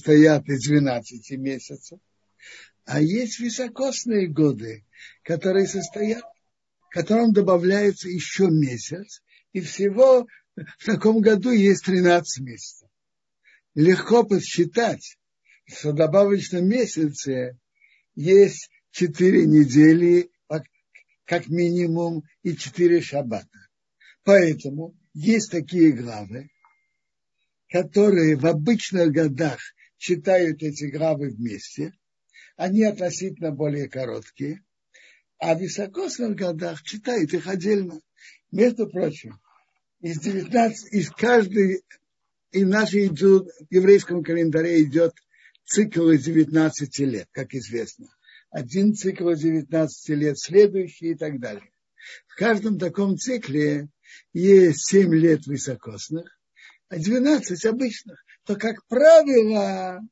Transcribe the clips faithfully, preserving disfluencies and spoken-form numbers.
состоят из двенадцати месяцев, а есть високосные годы, которые состоят, к которым добавляется еще месяц, и всего в таком году есть тринадцать месяцев. Легко подсчитать, что в добавочном месяце есть четыре недели, как минимум, и четыре шаббата. Поэтому есть такие главы, которые в обычных годах читают эти главы вместе. Они относительно более короткие, а в високосных годах читают их отдельно. Между прочим, из девятнадцати, из каждой, и в нашем еврейском календаре идет цикл из девятнадцати лет, как известно. Один цикл из девятнадцати лет, следующий и так далее. В каждом таком цикле есть семь лет високосных, а двенадцать обычных. То, как правило,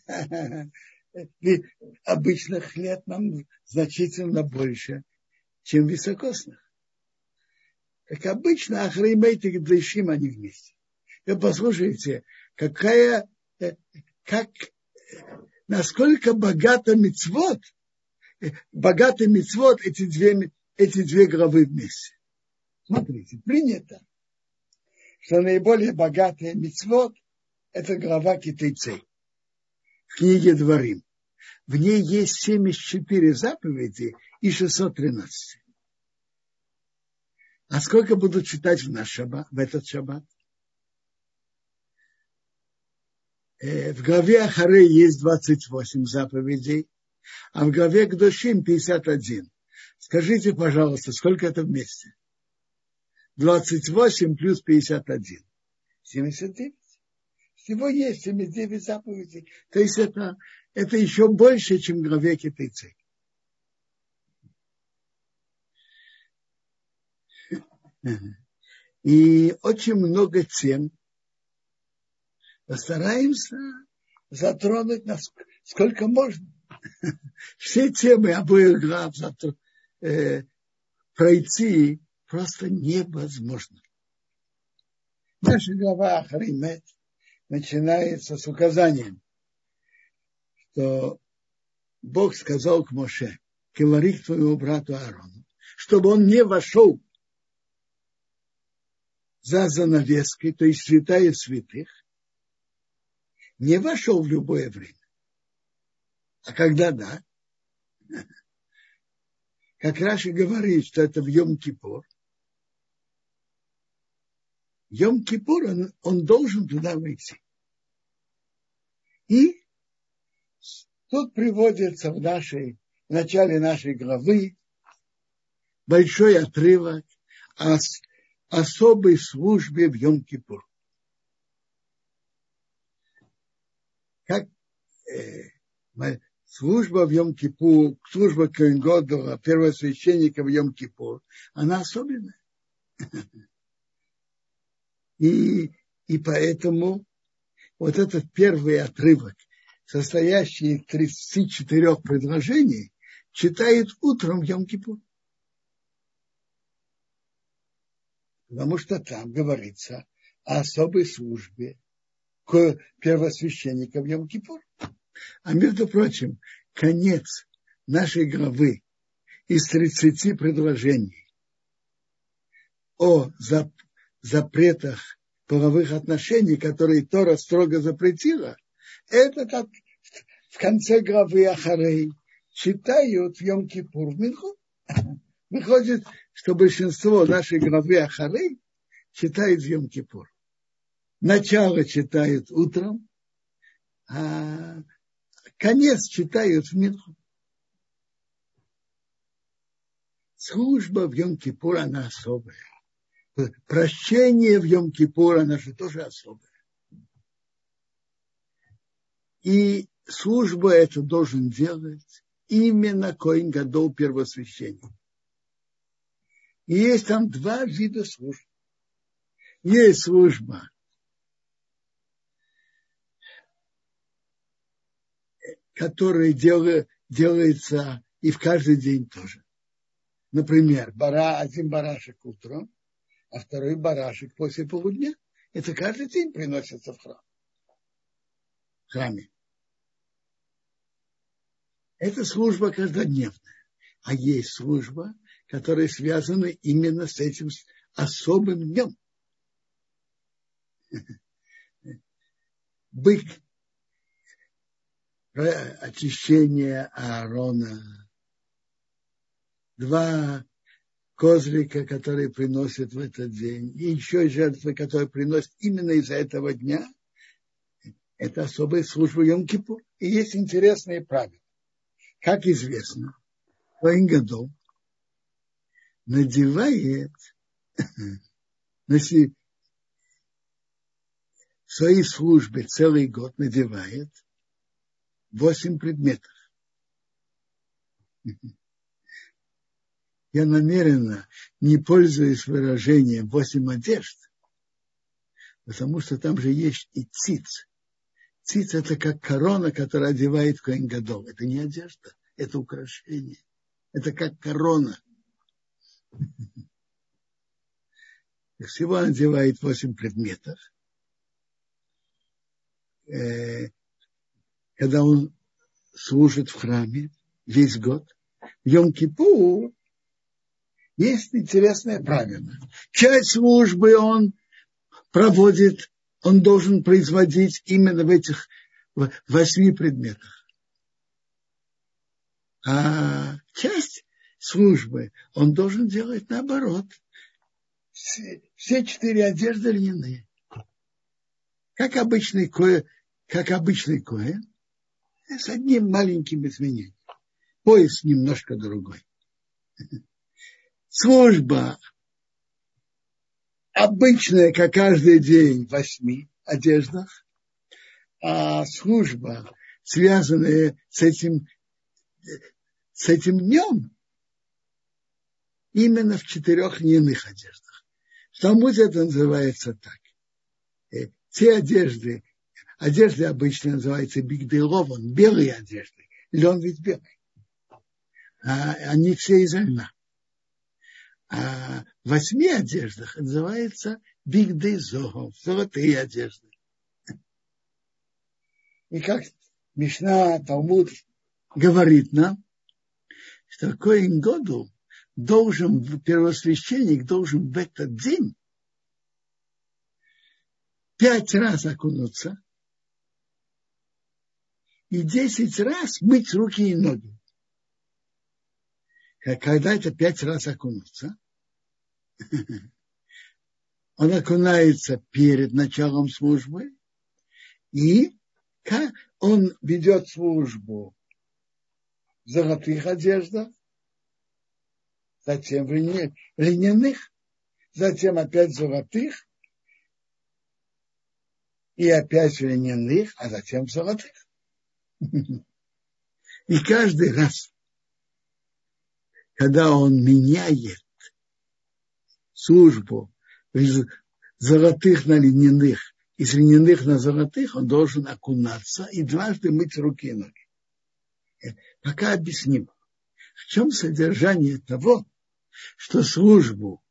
обычных лет нам значительно больше, чем високосных. Как обычно, Ахреймейт и Гдейшим они вместе. Вы послушайте, какая, как, насколько богата мицвот, богатый мицвот эти две, эти две главы вместе. Смотрите, принято, что наиболее богатая мицвот – это глава Китайцей в книге Дворим. В ней есть семьдесят четыре заповеди и шестьсот тринадцать. А сколько будут читать в наш шаббат, в этот шаббат? В главе Ахарей есть двадцать восемь заповедей, а в главе Кдошим пятьдесят один. Скажите, пожалуйста, сколько это вместе? двадцать восемь плюс пятьдесят один. семьдесят девять. Всего есть семьдесят девять заповедей. То есть это, это еще больше, чем в главе Китайцей. И очень много тем постараемся затронуть, насколько можно. Все темы обоих глав э, пройти просто невозможно. Наша глава Ахаримет начинается с указанием, что Бог сказал к Моше, говори к твоему брату Аарону, чтобы он не вошел за занавеской, то есть святая святых, не вошел в любое время. А когда да? Как Раши говорит, что это в Йом-Кипур. Йом-Кипур, он, он должен туда войти. И тут приводится в, нашей, в начале нашей главы большой отрывок о особой службе в Йом-Кипур. Как э, служба в Йом-Кипур, служба Коэн Гадоля, первосвященника в Йом-Кипур, она особенная. И, и поэтому вот этот первый отрывок, состоящий из тридцати четырёх предложений, читает утром в Йом-Кипур. Потому что там говорится о особой службе к первосвященникам в Йом-Кипур. А между прочим, конец нашей главы из тридцати предложений о запретах половых отношений, которые Тора строго запретила, это так в конце главы Ахарей читают в Йом-Кипур в Минху. Выходит, что большинство нашей главы Ахарей читают в Йом-Кипур. Начало читают утром, а конец читают в Минху. Служба в Йом-Кипур, она особая. Прощение в Йом-Кипур, она же тоже особая. И службу эту должен делать именно Коэн Гадоль, первосвященник. И есть там два вида служб. Есть служба, которая делает, делается и в каждый день тоже. Например, бара, один барашек утром, а второй барашек после полудня. Это каждый день приносится в храм. В храме. Это служба каждодневная. А есть служба, которая связана именно с этим особым днем. Бык, очищение Аарона, два козлика, которые приносят в этот день, и еще жертвы, которые приносят именно из-за этого дня, это особая служба Йом-Кипур. И есть интересные правила. Как известно, коэн гадол надевает на в своей службе целый год надевает восемь предметов. Я намеренно не пользуюсь выражением восемь одежд, потому что там же есть и циц. Циц – это как корона, которая одевает коэн гадол. Это не одежда, это украшение. Это как корона. Всего он одевает восемь предметов. Когда он служит в храме весь год, в Йом-Кипур есть интересное правило. Часть службы он проводит, он должен производить именно в этих восьми предметах. А часть службы он должен делать наоборот. Все, все четыре одежды льняные. Как обычный коэн, как обычный коэн, с одним маленьким изменением. Пояс немножко другой. Служба обычная, как каждый день, в восьми одеждах, а служба, связанная с этим, с этим днем, именно в четырех льняных одеждах. В Талмуде это называется так. Те одежды, одежды обычно называются бигдейлован, белые одежды. Лен ведь белый. А они все из льна. А в восьми одеждах называется бигдейзогов, золотые одежды. И как Мишна, Талмуд говорит нам, что коэн гадол должен, первосвященник должен в этот день пять раз окунуться и десять раз мыть руки и ноги. Когда это пять раз окунуться, он окунается перед началом службы, и он ведет службу в золотых одеждах, затем в льняных, затем опять в золотых, и опять в льняных, а затем в золотых. И каждый раз, когда он меняет службу из золотых на льняных, из льняных на золотых, он должен окунаться и дважды мыть руки и ноги. Пока объясним, в чем содержание того, что службу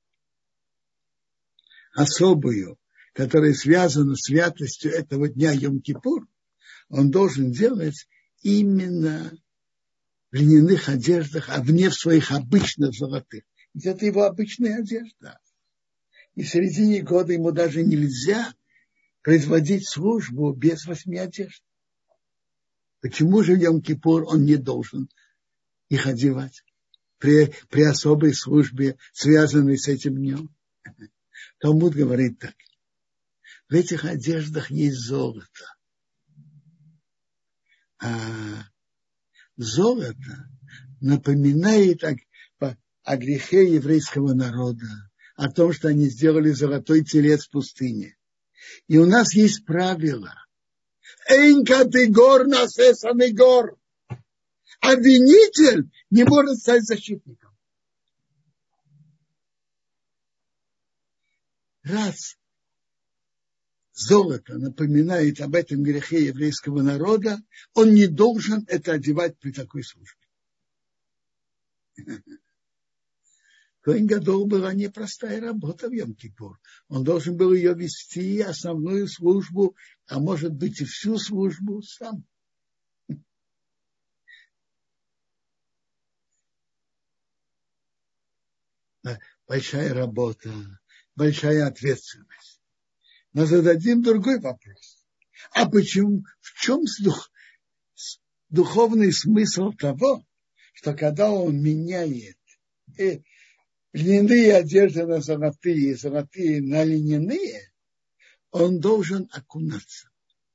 особую, которая связана с святостью этого дня Йом-Кипур, он должен делать именно в льняных одеждах, а не в своих обычных золотых. Ведь это его обычная одежда. И в середине года ему даже нельзя производить службу без восьми одежд. Почему же в Йом-Кипур он не должен их одевать при, при особой службе, связанной с этим днем? Талмуд говорит так. В этих одеждах есть золото. А золото напоминает о, о грехе еврейского народа, о том, что они сделали золотой телец в пустыне. И у нас есть правило. Эйн категор насесанный гор. Обвинитель не может стать защитником. Раз золото напоминает об этом грехе еврейского народа, он не должен это одевать при такой службе. Коэн гадол была непростая работа в Йом-Кипур. Он должен был ее вести, основную службу, а может быть и всю службу сам. большая работа, большая ответственность. Но зададим другой вопрос. А почему, в чем дух, духовный смысл того, что когда он меняет э, льняные одежды на золотые, золотые на льняные, он должен окунаться?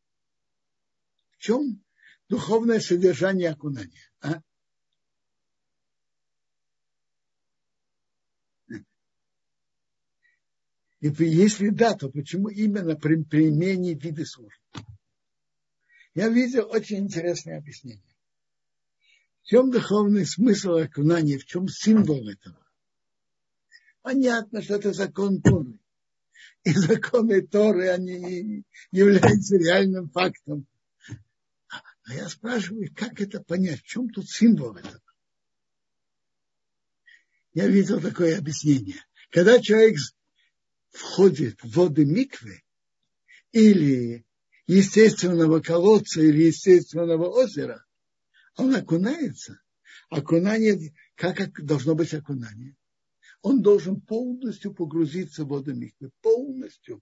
В чем духовное содержание окунания? А? И если да, то почему именно при применении виды службы? Я видел очень интересное объяснение. В чем духовный смысл окунания, в чем символ этого? Понятно, что это закон Торы. И законы Торы, они являются реальным фактом. А я спрашиваю, как это понять? В чем тут символ этого? Я видел такое объяснение. Когда человек входит в воды миквы или естественного колодца или естественного озера, он окунается. Окунание, как должно быть окунание? Он должен полностью погрузиться в воду миквы. Полностью.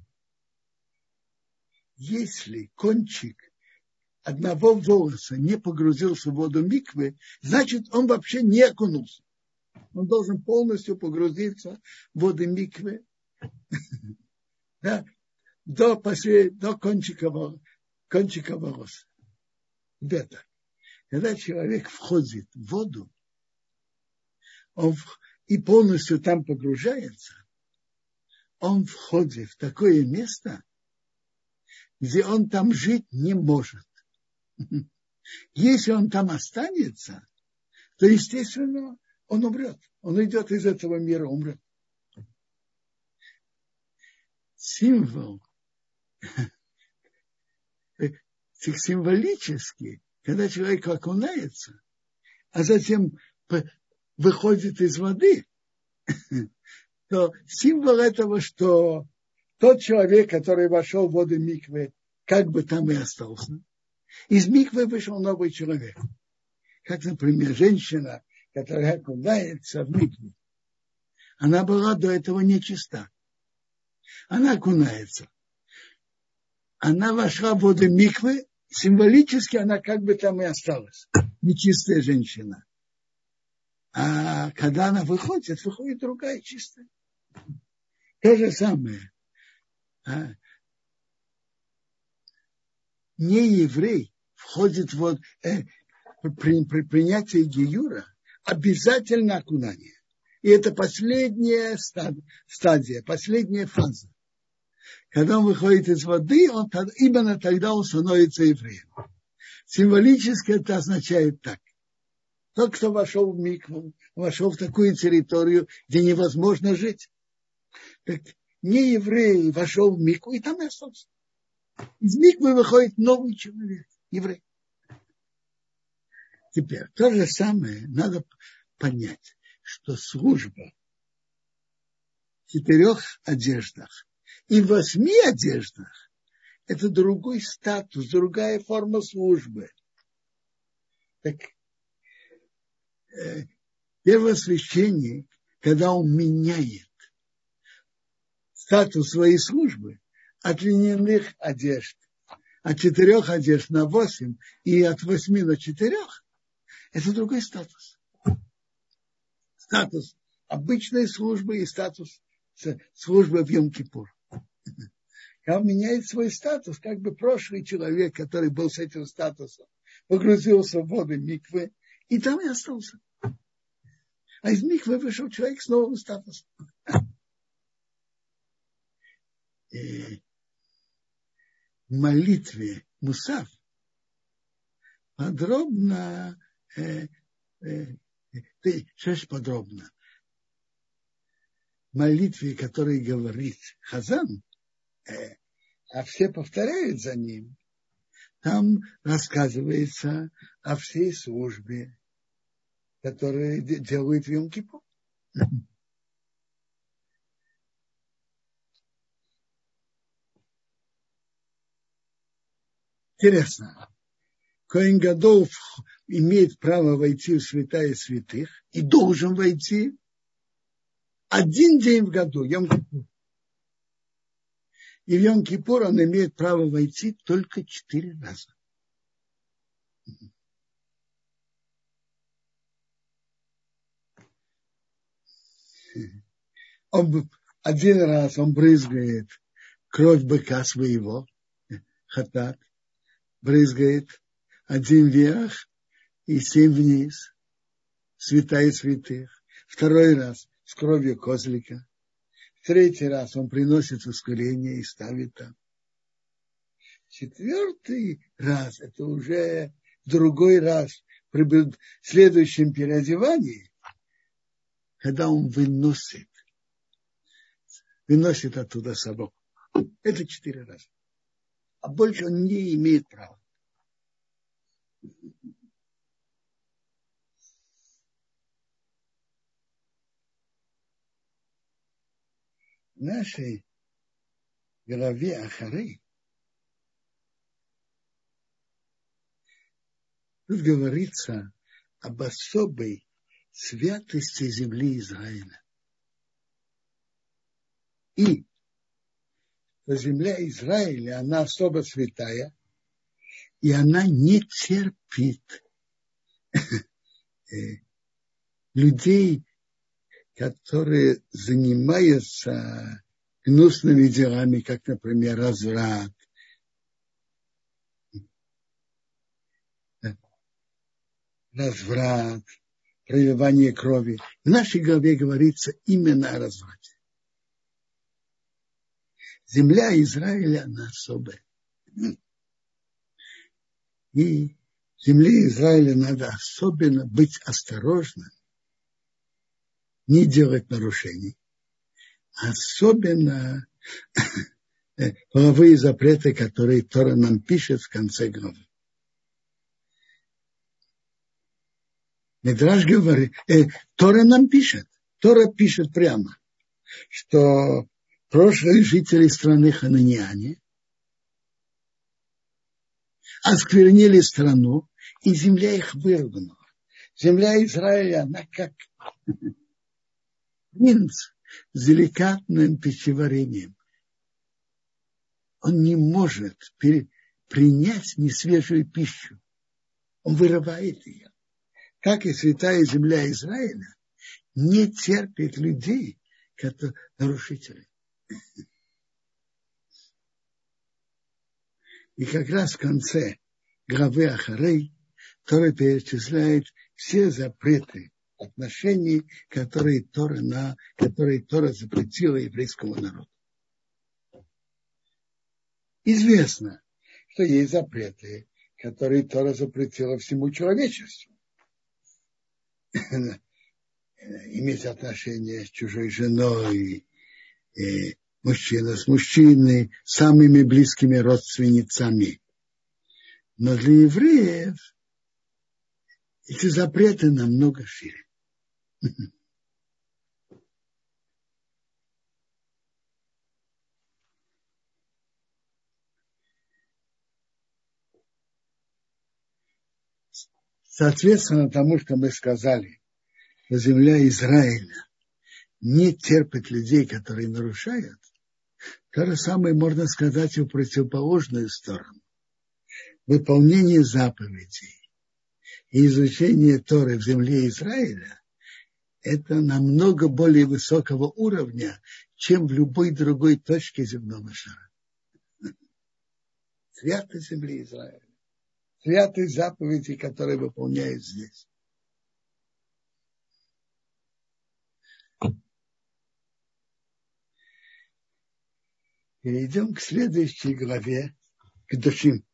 Если кончик одного волоса не погрузился в воду миквы, значит, он вообще не окунулся. Он должен полностью погрузиться в воду миквы да, до, послед... до кончика, кончика волоса. Это. Когда человек входит в воду, он и полностью там погружается, он входит в такое место, где он там жить не может. Если он там останется, то, естественно, он умрет. Он уйдет из этого мира, умрет. Символ, символически, когда человек окунается, а затем выходит из воды, то символ этого, что тот человек, который вошел в воду миквы, как бы там и остался, из миквы вышел новый человек. Как, например, женщина, которая окунается в микву. Она была до этого нечиста. Она окунается. Она вошла в воду миквы, символически она как бы там и осталась. Нечистая женщина. А когда она выходит, выходит другая чистая. То же самое. А? Не еврей входит в э, при, при принятии гиюра обязательно окунание. И это последняя стадия, последняя фаза. Когда он выходит из воды, он, именно тогда он становится евреем. Символически это означает так. Тот, кто вошел в микву, вошел в такую территорию, где невозможно жить. Так не еврей вошел в микву, и там и остался. Из миквы выходит новый человек, еврей. Теперь то же самое надо понять, что служба в четырех одеждах и в восьми одеждах – это другой статус, другая форма службы. Так, э, первосвященник, когда он меняет статус своей службы от льняных одежд, от четырех одежд на восемь и от восьми на четырех, это другой статус. Статус обычной службы и статус службы в Йом-Кипур. Когда он меняет свой статус, как бы прошлый человек, который был с этим статусом, погрузился в воды миквы, и там и остался. А из миквы вышел человек с новым статусом. И в молитве Мусав подробно, э, э, ты, что ж подробно, в молитве, которой говорит Хазан, э, а все повторяют за ним, там рассказывается о всей службе, которую делают в Йом-Кипур. Интересно. Коэн Гадол имеет право войти в святая святых и должен войти, один день в году, Йом-Кипур. И в Йом-Кипур он имеет право войти только четыре раза. Он, один раз он брызгает кровь быка своего, хатат, брызгает один вверх и семь вниз, святая святых. Второй раз с кровью козлика. Третий раз он приносит ускорение и ставит там. Четвертый раз, это уже другой раз, при следующем переодевании, когда он выносит, выносит оттуда собаку. Это четыре раза. А больше он не имеет права. В нашей главе Ахары тут говорится об особой святости земли Израиля. И земля Израиля, она особо святая, и она не терпит людей, которые занимаются гнусными делами, как, например, разврат, разврат, проливание крови. В нашей главе говорится именно о разврате. Земля Израиля, она особая. И в земле Израиля надо особенно быть осторожным, не делать нарушений. Особенно половые запреты, которые Тора нам пишет в конце главы. Мидраш говорит, э, Тора нам пишет, Тора пишет прямо, что прошлые жители страны хананяне осквернили страну, и земля их выругнула. Земля Израиля, она как принц с деликатным пищеварением. Он не может принять несвежую пищу. Он вырывает ее. Как и святая земля Израиля не терпит людей, которые нарушители. И как раз в конце главы Ахарей Тора перечисляет все запреты отношений, которые Тора, на, которые Тора запретила еврейскому народу. Известно, что есть запреты, которые Тора запретила всему человечеству. Иметь отношения с чужой женой, и мужчина с мужчиной, самыми близкими родственницами. Но для евреев эти запреты намного шире. Соответственно тому, что мы сказали, что земля Израиля не терпит людей, которые нарушают, то же самое можно сказать и в противоположную сторону. Выполнение заповедей и изучение Торы в земле Израиля – это намного более высокого уровня, чем в любой другой точке земного шара. Святость земли Израиля, святость заповедей, которые выполняют здесь. Перейдем к следующей главе, к Душим.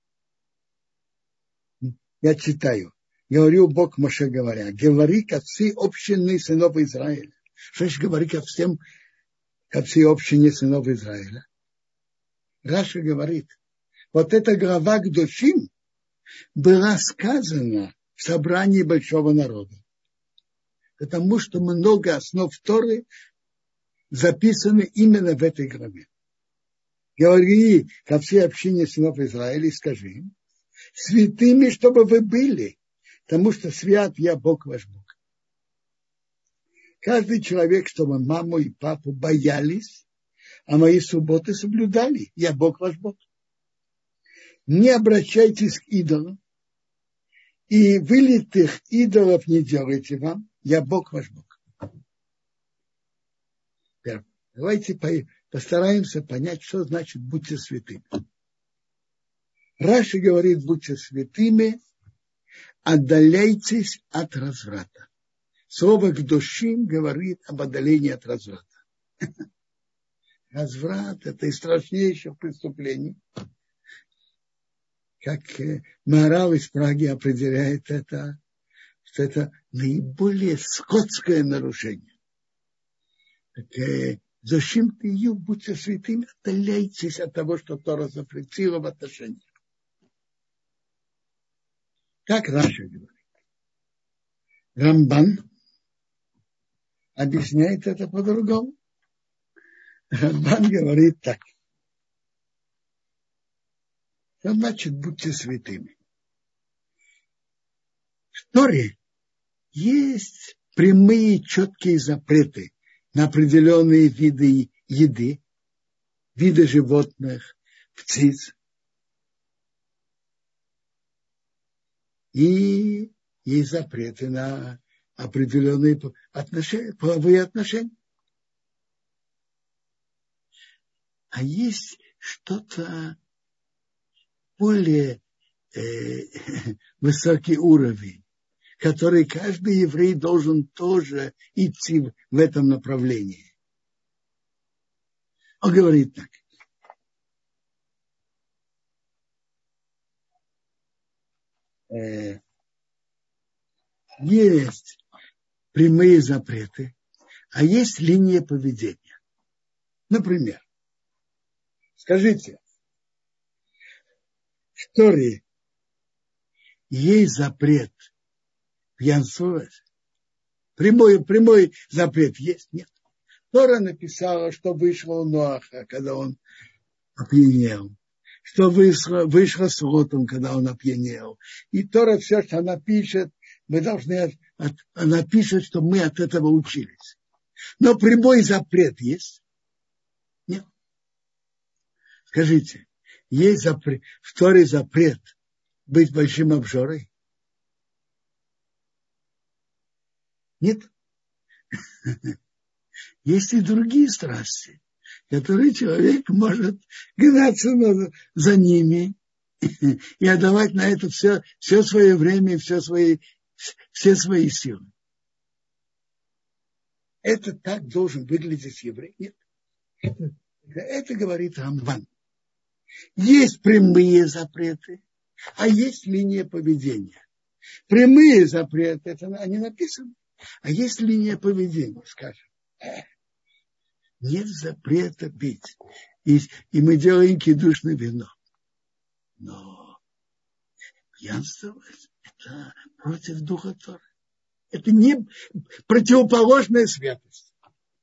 Я читаю. Говорил Бог Моше, говоря, говори ко всей общине сынов Израиля. Что же говори ко всем, ко всей общине сынов Израиля? Раша говорит, вот эта глава к Душим была сказана в собрании большого народа. Потому что много основ Торы записаны именно в этой главе. Говори ко всей общине сынов Израиля и скажи им, святыми, чтобы вы были, потому что свят я, Бог ваш Бог. Каждый человек, чтобы маму и папу боялись, а мои субботы соблюдали. Я Бог ваш Бог. Не обращайтесь к идолам, и вылитых идолов не делайте вам. Я Бог ваш Бог. Давайте постараемся понять, что значит будьте святыми. Раши говорит, будьте святыми, отдаляйтесь от разврата. Слово «кдошим» говорит об отдалении от разврата. Разврат – это из страшнейших преступлений. Как Маораль из Праги определяет это, что это наиболее скотское нарушение. «Зачем ты ее, будьте святыми, отдаляйтесь от того, что Тора запретила в отношениях». Как Раши говорит. Рамбан объясняет это по-другому. Рамбан говорит так. Что значит будьте святыми? В Торе есть прямые четкие запреты на определенные виды еды, виды животных, птиц. И есть запреты на определенные отношения, половые отношения. А есть что-то более э, высокий уровень, который каждый еврей должен тоже идти в, в этом направлении. Он говорит так. Э, есть прямые запреты, а есть линия поведения. Например, скажите, в Торе есть запрет пьянствовать? Прямой, прямой запрет есть? Нет. Тора написала, что вышло у Ноаха, когда он опьянел, что вышло, вышло с Лотом, когда он опьянел. И Тора все, что она пишет, мы должны, от, от, она пишет, что мы от этого учились. Но прямой запрет есть? Нет. Скажите, есть запрет, в Торе запрет быть большим обжорой? Нет. Есть и другие страсти, которые человек может гнаться за ними и отдавать на это все, все свое время и все свои, все свои силы. Это так должен выглядеть еврей? Нет. Это, это говорит Рамбан. Есть прямые запреты, а есть линия поведения. Прямые запреты, это они написаны, а есть линия поведения, скажем. Нет запрета пить. И, и мы делаем кидушное вино. Но пьянствовать – это против духа Торы. Это не противоположная святость.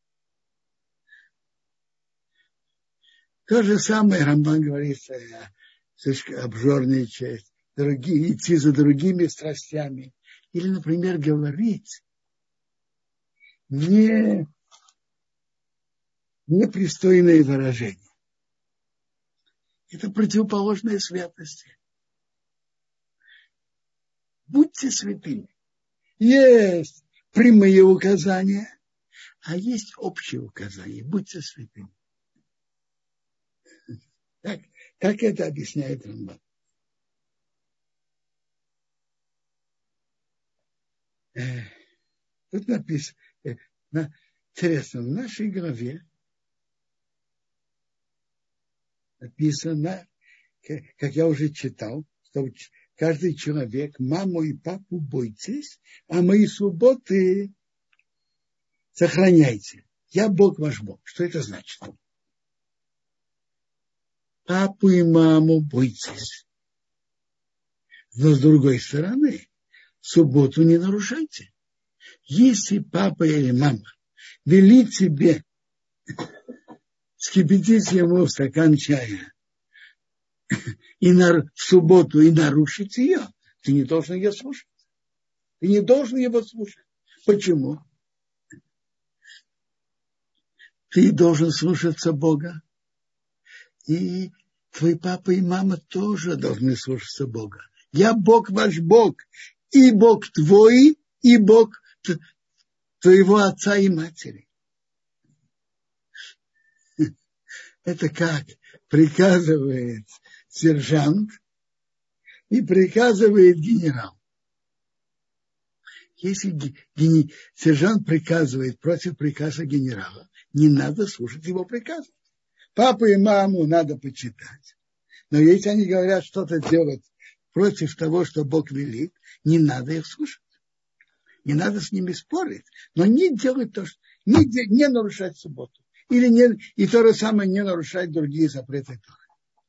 То же самое Рамбан говорит, обжорничать, другие, идти за другими страстями. Или, например, говорить не, непристойные выражения. Это противоположная святости. Будьте святыми. Есть прямые указания, а есть общие указания. Будьте святыми. Так, как это объясняет Рамбан? Тут написано, интересно, в нашей главе написано, как я уже читал, что каждый человек, маму и папу бойтесь, а мои субботы сохраняйте. Я Бог ваш Бог. Что это значит? Папу и маму бойтесь. Но с другой стороны, субботу не нарушайте. Если папа или мама велит тебе скипятить ему стакан чая и на, в субботу и нарушить ее, ты не должен ее слушать. Ты не должен его слушать. Почему? ты должен слушаться Бога. И твой папа и мама тоже должны слушаться Бога. Я Бог ваш Бог, и Бог твой, и Бог твоего отца и матери. Это как приказывает сержант и приказывает генерал. Если гени... сержант приказывает против приказа генерала, не надо слушать его приказа. Папу и маму надо почитать. Но если они говорят что-то делать против того, что Бог велит, не надо их слушать. Не надо с ними спорить, но не делать то, что... не, не нарушать субботу. Или не... И то же самое не нарушать другие запреты Торы.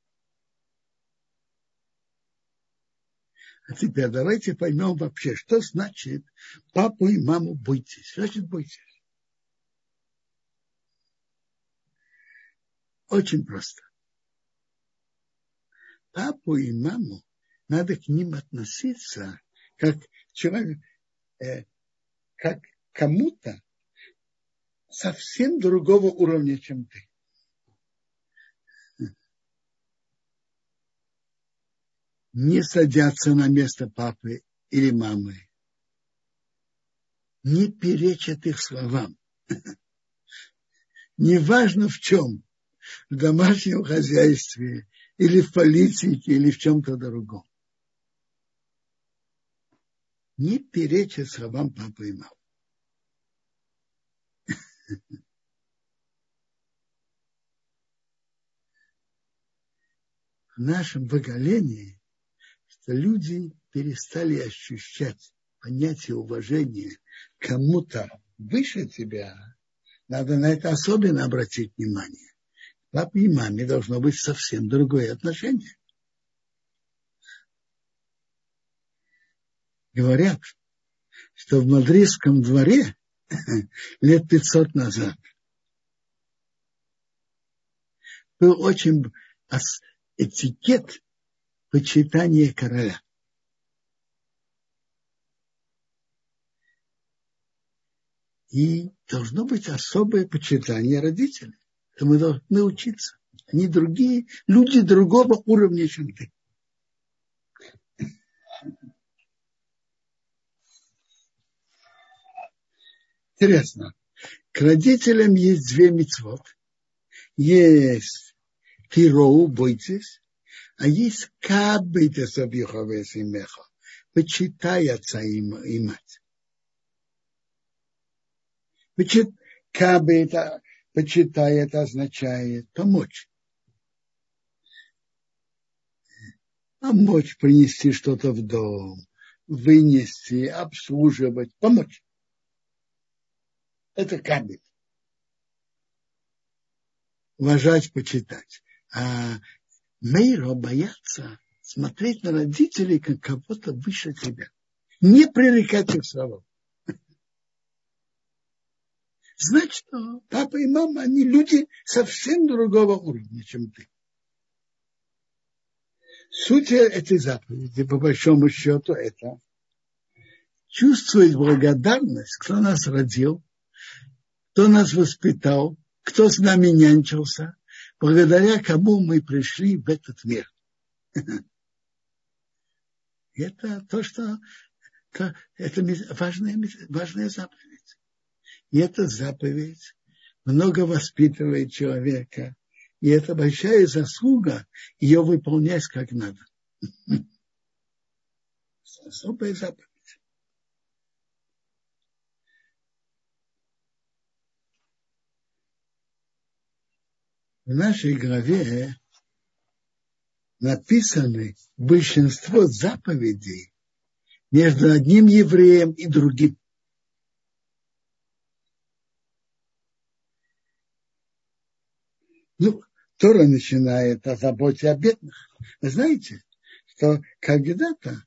А теперь давайте поймем вообще, что значит папу и маму бойтесь. Значит, бойтесь. Очень просто. Папу и маму надо к ним относиться как человек, э, как кому-то совсем другого уровня, чем ты. Не садятся на место папы или мамы. Не перечат их словам. Неважно в чем. В домашнем хозяйстве, или в политике, или в чем-то другом. Не перечат словам папы и мамы. В нашем поколении, что люди перестали ощущать понятие уважения кому-то выше тебя, надо на это особенно обратить внимание. Папе и маме должно быть совсем другое отношение. Говорят, что в Мадридском дворе лет пятьсот назад был очень этикет почитания короля. И должно быть особое почитание родителей. Мы должны учиться. Они другие, люди другого уровня, чем ты. Интересно. К родителям есть две мицвот. Есть тироу, бойтесь, а есть кабейте собихове симеха, почитай отца и мать. Кабейте, почитай, это означает помочь. Помочь принести что-то в дом, вынести, обслуживать, помочь. Это кабель. Уважать, почитать. А мейро бояться смотреть на родителей, как кого-то выше тебя. Не пререкать их словом. Значит, что папа и мама, они люди совсем другого уровня, чем ты. Суть этой заповеди, по большому счету, это чувствовать благодарность, кто нас родил, кто нас воспитал, кто с нами нянчился, благодаря кому мы пришли в этот мир. Это то, что это важная, важная заповедь. И эта заповедь много воспитывает человека. И это большая заслуга ее выполнять как надо. Особая заповедь. В нашей главе написаны большинство заповедей между одним евреем и другим. Ну, Тора начинает о заботе о бедных. Вы знаете, что когда-то,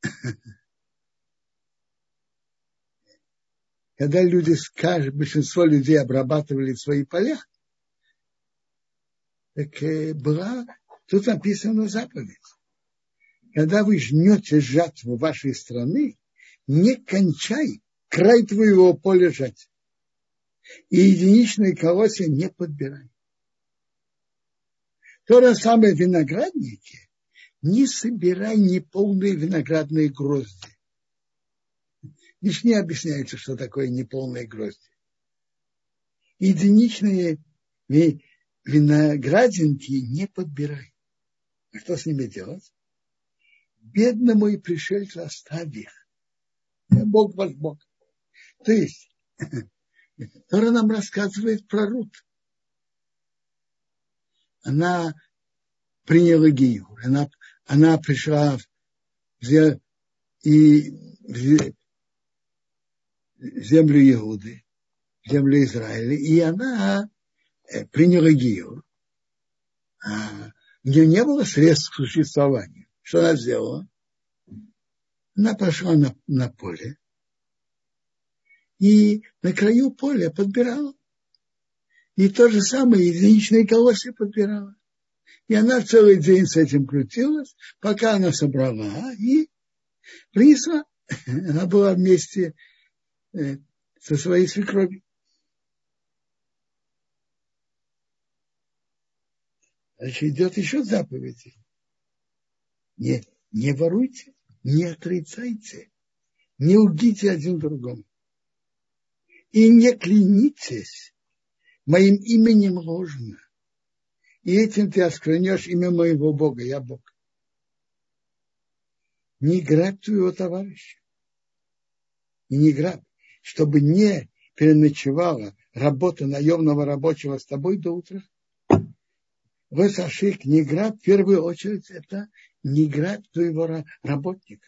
когда люди, скажем, большинство людей обрабатывали свои поля, так была, тут написана заповедь. Когда вы жнете жатву вашей страны, не кончай край твоего поля жать. И единичные колосья не подбирай. То же самое виноградники, не собирай неполные виноградные грозди. Лишь не объясняется, что такое неполные грозди. Единичные виноградинки не подбирай. А что с ними делать? Бедному и пришельцу оставь их. Я Бог ваш Бог. То есть, Тора нам рассказывает про Рут. Она приняла гиюр. Она, она пришла в, и, в землю Иуды, в землю Израиля, и она приняла гиюр. А у нее не было средств к существованию. Что она сделала? Она пошла на, на поле и на краю поля подбирала. И то же самое единичные колосья подбирала. И она целый день с этим крутилась, пока она собрала и принесла. Она была вместе со своей свекровью. Значит, идет еще заповедь. Не, не воруйте, не отрицайте, не лгите один другому. И не клянитесь моим именем ложно. И этим ты осквернешь имя моего Бога, я Бог. Не грабь твоего товарища. И не грабь, чтобы не переночевала работа наемного рабочего с тобой до утра. Высошик, не грабь, в первую очередь, это не грабь твоего работника.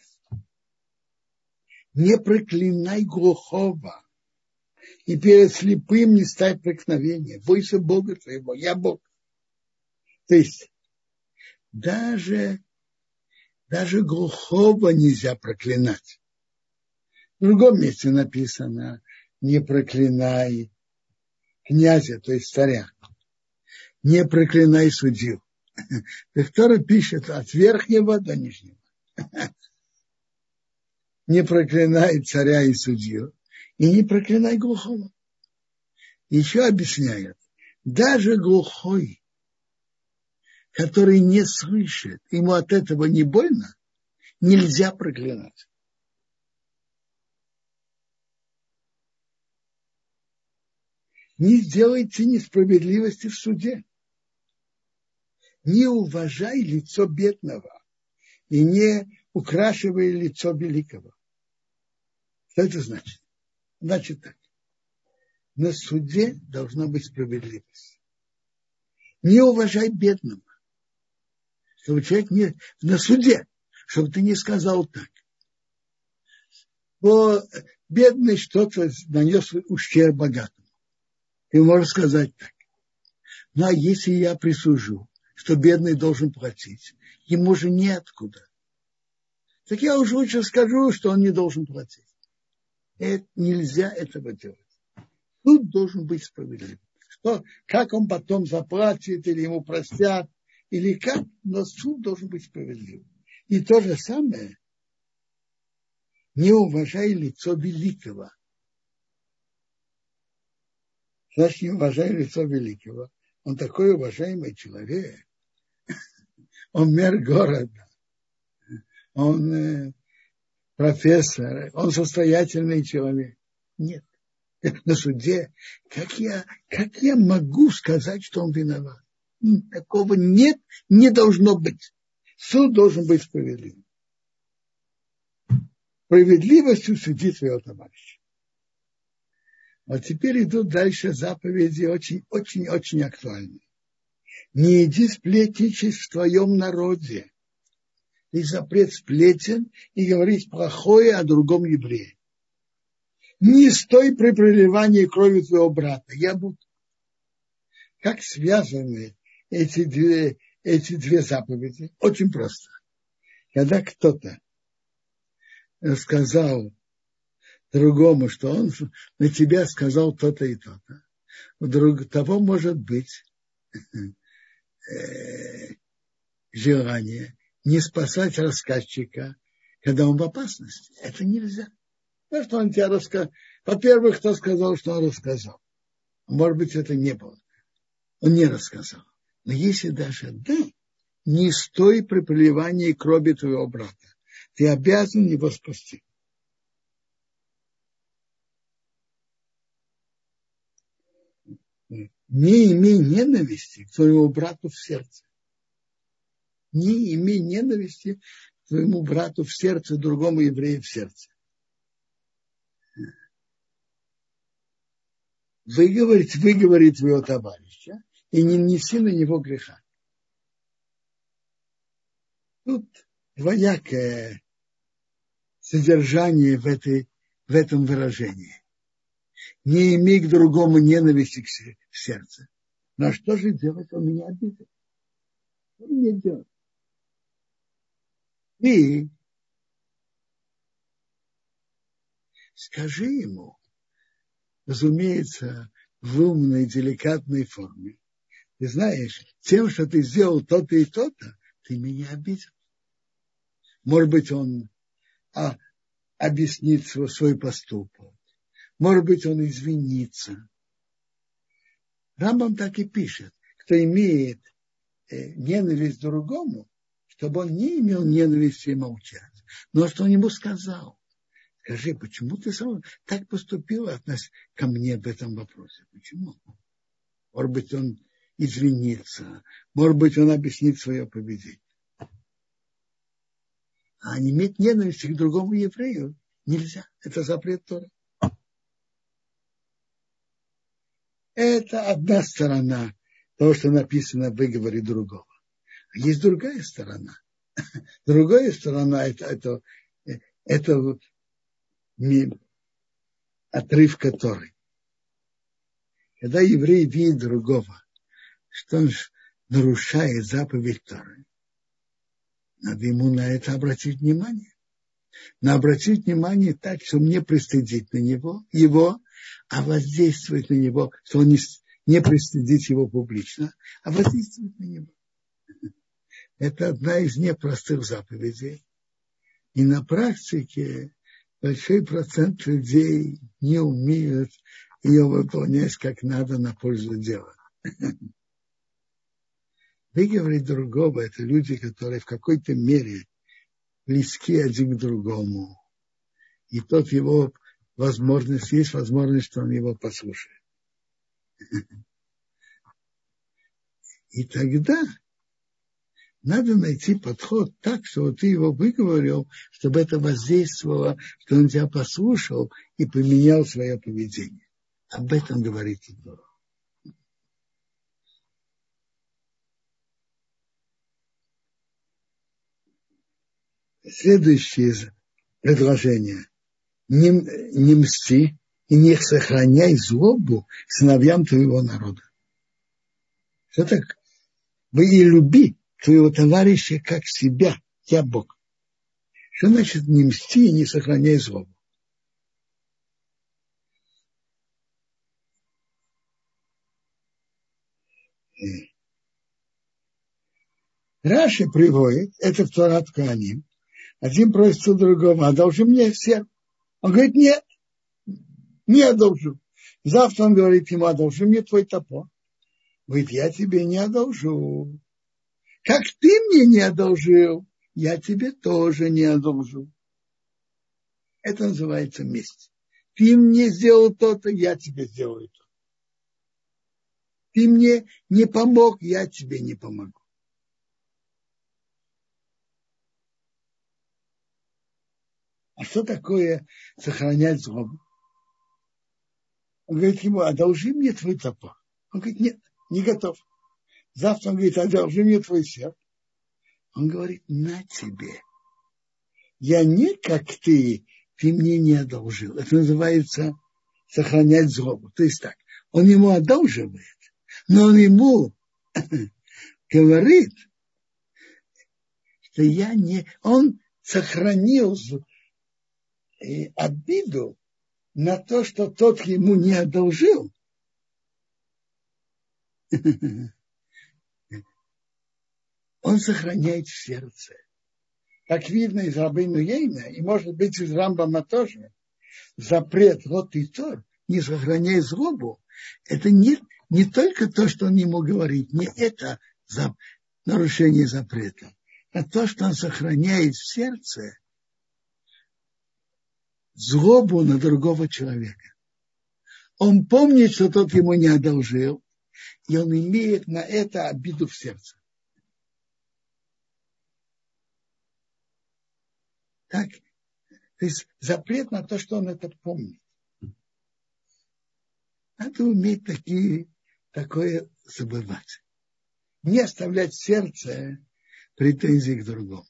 Не проклинай глухого. И перед слепым не ставь преткновения. Бойся Бога твоего, я Бог. То есть, даже, даже глухого нельзя проклинать. В другом месте написано, не проклинай князя, то есть царя. Не проклинай судью. Тора пишет от верхнего до нижнего. Не проклинай царя и судью. И не проклинай глухого. Еще объясняют, даже глухой, который не слышит, ему от этого не больно, нельзя проклинать. Не сделайте несправедливости в суде. Не уважай лицо бедного и не украшивай лицо великого. Что это значит? Значит так. На суде должна быть справедливость. Не уважай бедного. Чтобы человек не... На суде, чтобы ты не сказал так. Бо бедный что-то нанес ущерб богатому. Ты можешь сказать так. Ну, а если я присужу, что бедный должен платить, ему же неоткуда. Так я уже лучше скажу, что он не должен платить. Это, нельзя этого делать. Суд должен быть справедливым. Что, как он потом заплатит, или ему простят, или как, но суд должен быть справедливым. И то же самое, не уважай лицо великого. Значит, не уважай лицо великого. Он такой уважаемый человек. Он мэр города. Он э, профессор. Он состоятельный человек. Нет. На суде, как я, как я могу сказать, что он виноват? Такого нет, не должно быть. Суд должен быть справедливым. Справедливостью суди своего товарища. А теперь идут дальше заповеди очень-очень-очень актуальные. Не иди сплетничать в твоем народе. И запрет сплетен и говорить плохое о другом еврее. Не стой при проливании крови твоего брата. Я буду. Как связаны эти две, эти две заповеди? Очень просто. Когда кто-то сказал другому, что он на тебя сказал то-то и то-то, у друг, того может быть э, желание не спасать рассказчика, когда он в опасности. Это нельзя. Потому что он тебя рассказал. Во-первых, кто сказал, что он рассказал? Может быть, это не было. Он не рассказал. Но если даже да, не стой при проливании крови твоего брата. Ты обязан его спасти. Не имей ненависти к твоему брату в сердце. Не имей ненависти к твоему брату в сердце, другому еврею в сердце. Выговорить, выговорить твоего товарища и не неси на него греха. Тут двоякое содержание в, этой, в этом выражении. Не имей к другому ненависти в сердце. Но что же делать? Он меня обидел. Он мне делает. И скажи ему, разумеется, в умной, деликатной форме. Ты знаешь, тем, что ты сделал то-то и то-то, ты меня обидел. Может быть, он а, объяснит свой, свой поступок. Может быть, он извинится. Рамбам так и пишет. Кто имеет э, ненависть к другому, чтобы он не имел ненависти и молчать. Но что он ему сказал? Скажи, почему ты сам так поступил относительно ко мне в этом вопросе? Почему? Может быть, он извинится. Может быть, он объяснит свое поведение. А не иметь ненависти к другому еврею нельзя. Это запрет Торы. Это одна сторона того, что написано в выговоре другого. А есть другая сторона. Другая сторона это, это, это отрывка Торы. Когда еврей видит другого, что он нарушает заповедь Торы, надо ему на это обратить внимание. Но обратить внимание так, чтобы не пристыдить на него, его, а воздействовать на него, что он не, не пристыдить его публично, а воздействовать на него. Это одна из непростых заповедей. И на практике большой процент людей не умеют ее выполнять как надо на пользу дела. Выговорить другого – это люди, которые в какой-то мере близки один к другому. И тот его возможность, есть возможность, что он его послушает. И тогда надо найти подход так, чтобы ты его выговорил, чтобы это воздействовало, что он тебя послушал и поменял свое поведение. Об этом говорит Тора. Следующее предложение. Не, не мсти и не сохраняй злобу сыновьям твоего народа. Что так? Вы и люби твоего товарища как себя, я Бог. Что значит не мсти и не сохраняй злобу? Раши приводит, это в Торат Коаним, один просит у другого, одолжи мне серп. Он говорит, нет, не одолжу. Завтра он говорит ему, одолжи мне твой топор. Говорит, я тебе не одолжу. Как ты мне не одолжил, я тебе тоже не одолжу. Это называется месть. Ты мне сделал то-то, я тебе сделаю то. Ты мне не помог, я тебе не помогу. А что такое сохранять злобу? Он говорит ему, одолжи мне твой топор. Он говорит, нет, не готов. Завтра он говорит, одолжи мне твой серп. Он говорит, на тебе. Я не как ты, ты мне не одолжил. Это называется сохранять злобу. То есть так, он ему одолживает, но он ему говорит, что я не... Он сохранил обиду на то, что тот ему не одолжил. Он сохраняет в сердце. Как видно из Рабейну Йейна, и может быть из Рамбама тоже, запрет вот и тор, не сохраняй злобу, Это не, не только то, что он ему говорит, не это за, нарушение запрета, а то, что он сохраняет в сердце злобу на другого человека. Он помнит, что тот ему не одолжил, и он имеет на это обиду в сердце. Так, то есть запрет на то, что он это помнит. Надо уметь такие, такое забывать. Не оставлять в сердце претензий к другому.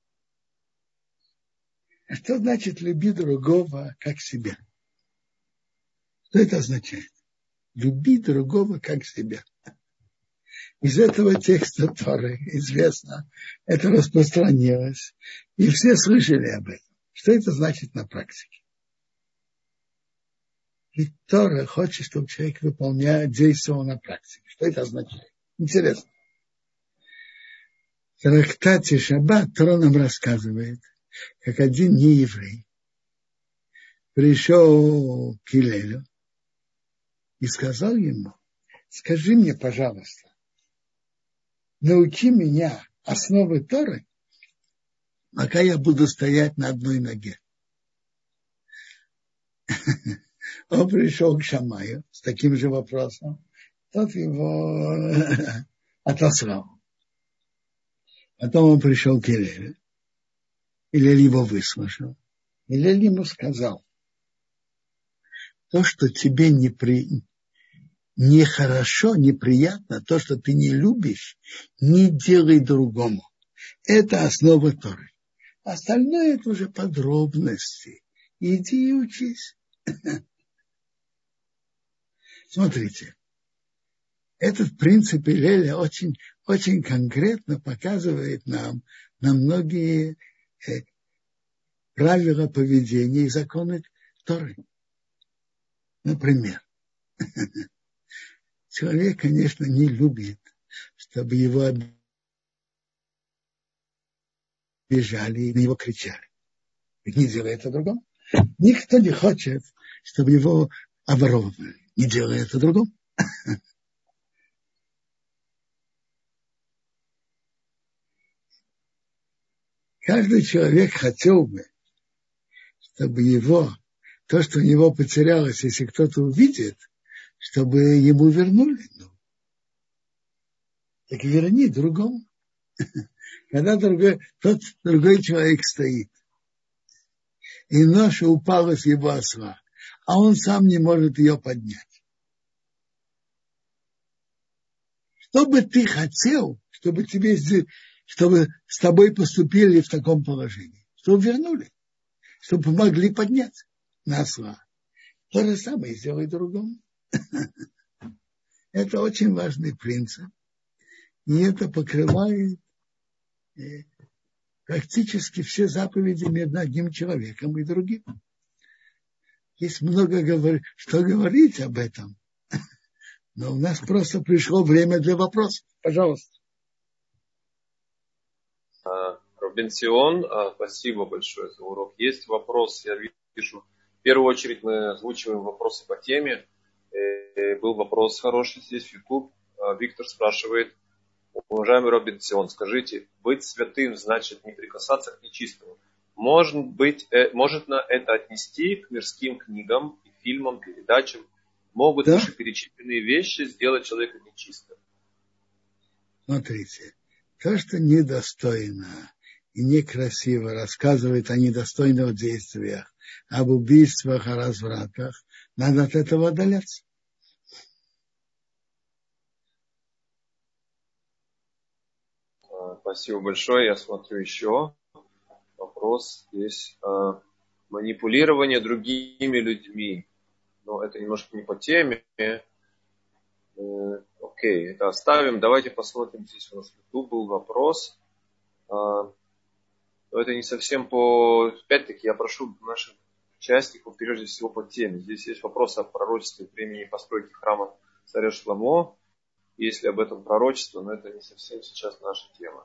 А что значит люби другого как себя? Что это означает? Люби другого как себя. Из этого текста Торы известно, это распространилось, и все слышали об этом. Что это значит на практике? И Тора хочет, чтобы человек выполнял, действовал на практике. Что это означает? Интересно. В трактате Шаббат Тора нам рассказывает, как один нееврей пришел к Гилелю и сказал ему: скажи мне, пожалуйста, научи меня основы Торы, пока я буду стоять на одной ноге. Он пришел к Шамаю с таким же вопросом. Тот его отослал. Потом он пришел к Гилелю. Гилель его выслушал. Гилель ему сказал: то, что тебе непри... нехорошо, неприятно, то, что ты не любишь, не делай другому. Это основа Торы. Остальное это уже подробности. Иди и учись. Смотрите, этот принцип Гилеля очень, очень конкретно показывает нам на многие э, правила поведения и законы Торы. Например, человек, конечно, не любит, чтобы его обижали и на него кричали. Ведь не делай это другому. Никто не хочет, чтобы его обворовывали. Не делай это другому. Каждый человек хотел бы, чтобы его, то, что у него потерялось, если кто-то увидит, чтобы ему вернули. Ну, так верни другому. Когда другой, тот другой человек стоит, и ноша упала с его осла, а он сам не может ее поднять. Что бы ты хотел, чтобы тебе здесь, чтобы с тобой поступили в таком положении? Чтобы вернули, чтобы помогли поднять на осла. То же самое сделай другому. Это очень важный принцип. И это покрывает практически все заповеди между одним человеком и другим. Есть много говор... что говорить об этом. Но у нас просто пришло время для вопросов. Пожалуйста. Рабин Сион, спасибо большое за урок. Есть вопрос, я вижу. В первую очередь мы озвучиваем вопросы по теме. Был вопрос хороший здесь в YouTube. Виктор спрашивает: уважаемый Рабин Сион, скажите, быть святым значит не прикасаться к нечистому. Может быть, может на это отнести к мирским книгам, фильмам, передачам? Могут Да? вышеперечисленные вещи сделать человека нечистым? Смотрите, то, что недостойно и некрасиво рассказывает о недостойных действиях, об убийствах, о развратах, надо от этого отдаляться. Спасибо большое. Я смотрю еще. Вопрос здесь. Манипулирование другими людьми. Но это немножко не по теме. Окей, это оставим. Давайте посмотрим. Здесь у нас в YouTube был вопрос. Но это не совсем по... Опять-таки, я прошу наших участников, прежде всего, по теме. Здесь есть вопрос о пророчестве времени постройки храма царя Шломо. Есть ли об этом пророчество, но это не совсем сейчас наша тема.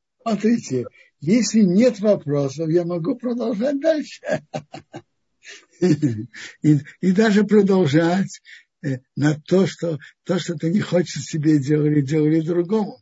Смотрите, если нет вопросов, я могу продолжать дальше. И, и даже продолжать э, на то, что то, что ты не хочешь себе делать, делали другому.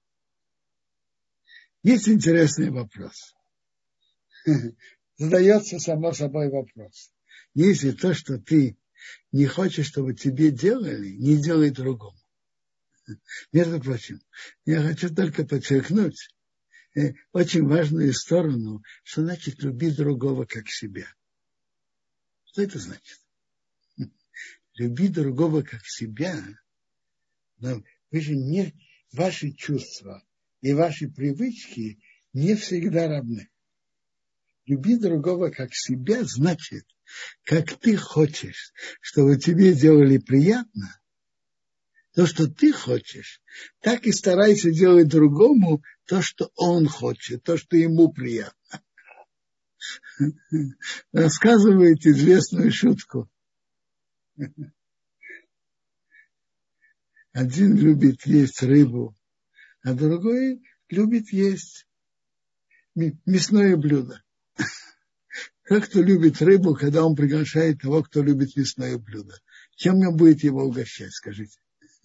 Есть интересный вопрос. Задается само собой вопрос. Если то, что ты не хочешь, чтобы тебе делали, не делай другому. Между прочим, я хочу только подчеркнуть э, очень важную сторону, что значит любить другого как себя. Что это значит? Любить другого как себя, но вы же не, ваши чувства и ваши привычки не всегда равны. Любить другого как себя значит, как ты хочешь, чтобы тебе делали приятно, то, что ты хочешь, так и старайся делать другому то, что он хочет, то, что ему приятно. Рассказывает известную шутку. Один любит есть рыбу, а другой любит есть мясное блюдо. Как кто любит рыбу, когда он приглашает того, кто любит мясное блюдо? Чем он будет его угощать, скажите?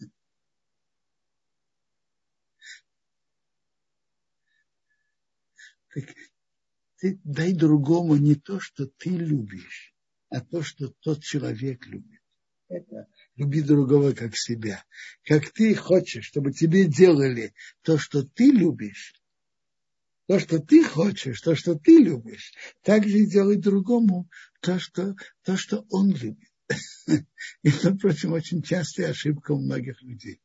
Так, ты дай другому не то, что ты любишь, а то, что тот человек любит. Это люби другого как себя. Как ты хочешь, чтобы тебе делали то, что ты любишь, то, что ты хочешь, то, что ты любишь, так же и делай другому то, что, то, что он любит. Это, впрочем, очень частая ошибка у многих людей.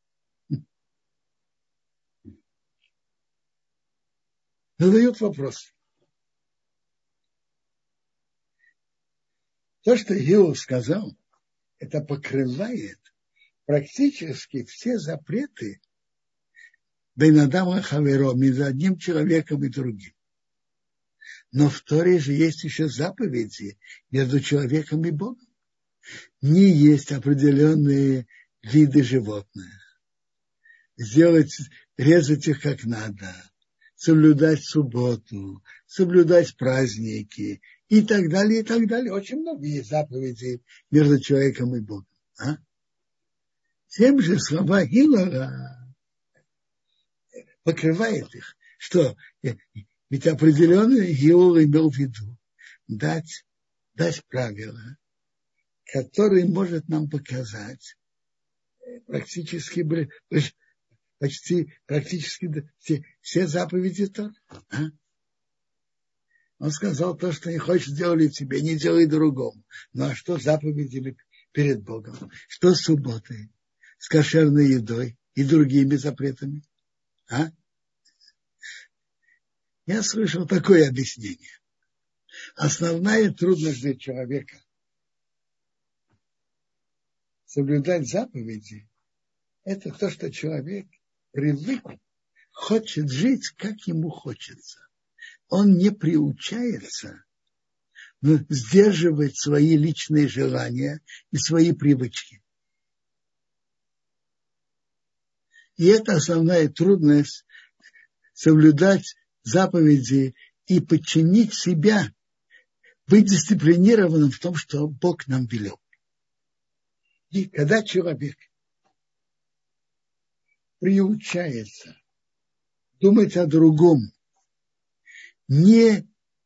Задают вопрос. То, что Иов сказал, это покрывает практически все запреты бен адама хаверо, между одним человеком и другим. Но в Торе же есть еще заповеди между человеком и Богом. Не есть определенные виды животных. Сделать, резать их как надо. Соблюдать субботу, соблюдать праздники и так далее, и так далее. Очень многие заповеди между человеком и Богом. А? Тем же слова Илара покрывает их. Что? Ведь определенный Геол имел в виду дать, дать правила, которые может нам показать практически, почти практически все, все заповеди Торы. А? Он сказал то, что не хочешь делать тебе, не делай другому. Ну а что с заповедями перед Богом? Что с субботой, с кошерной едой и другими запретами? А? Я слышал такое объяснение. Основная трудность для человека соблюдать заповеди – это то, что человек привык, хочет жить, как ему хочется. Он не приучается сдерживать свои личные желания и свои привычки. И это основная трудность – соблюдать заповеди и подчинить себя, быть дисциплинированным в том, что Бог нам велел. И когда человек приучается думать о другом, не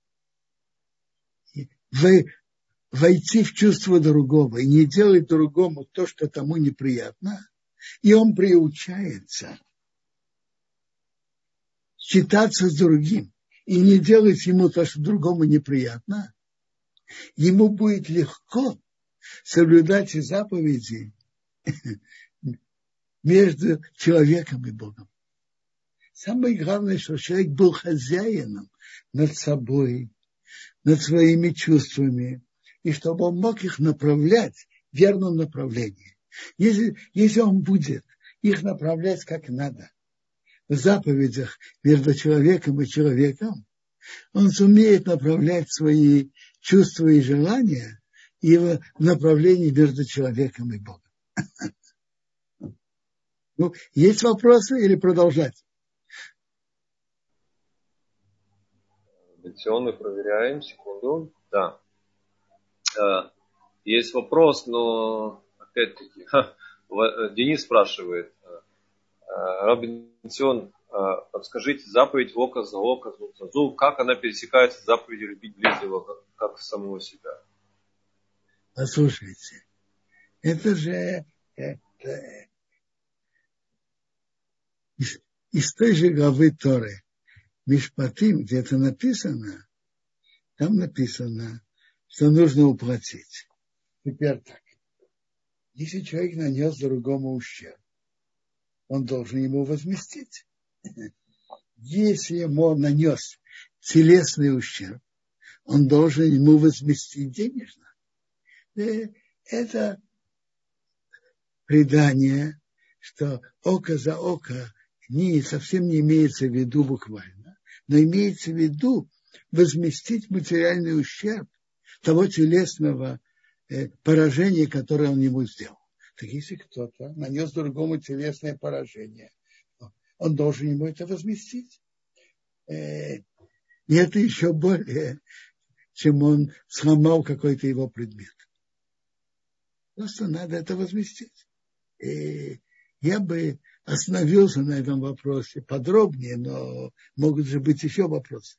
войти в чувство другого и не делать другому то, что тому неприятно, и он приучается считаться с другим и не делать ему то, что другому неприятно, ему будет легко соблюдать и заповеди между человеком и Богом. Самое главное, что человек был хозяином над собой, над своими чувствами, и чтобы он мог их направлять в верном направлении. Если, если он будет их направлять как надо, в заповедях между человеком и человеком, он сумеет направлять свои чувства и желания и в направлении между человеком и Богом. Ну, есть вопросы или продолжать? Мы проверяем, секунду. Да. Есть вопрос, но опять-таки Денис спрашивает. Рабби Бенцион, подскажите, заповедь око за око, зуб за зуб, как она пересекается с заповедью любить ближнего, как, как самого себя? Послушайте, это же это, из, из той же главы Торы Мишпатим, где это написано, там написано, что нужно уплатить. Теперь так. Если человек нанес другому ущерб, он должен ему возместить. Если ему нанес телесный ущерб, он должен ему возместить денежно. Это предание, что око за око не, совсем не имеется в виду буквально, но имеется в виду возместить материальный ущерб того телесного э, поражения, которое он ему сделал. Так если кто-то нанес другому телесное поражение, он должен ему это возместить. Э, и это еще более, чем он сломал какой-то его предмет. Просто надо это возместить. И я бы остановился на этом вопросе подробнее, но могут же быть еще вопросы.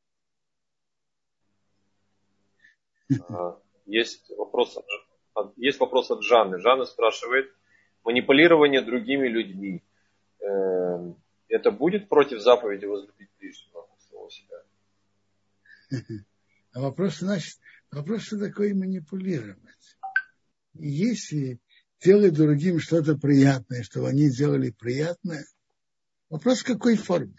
Есть вопрос, есть вопрос от Жанны. Жанна спрашивает, манипулирование другими людьми, это будет против заповеди возлюбить ближнего самого себя? А вопрос, значит, вопрос, что такое манипулировать? И если делать другим что-то приятное, чтобы они сделали приятное, вопрос в какой форме?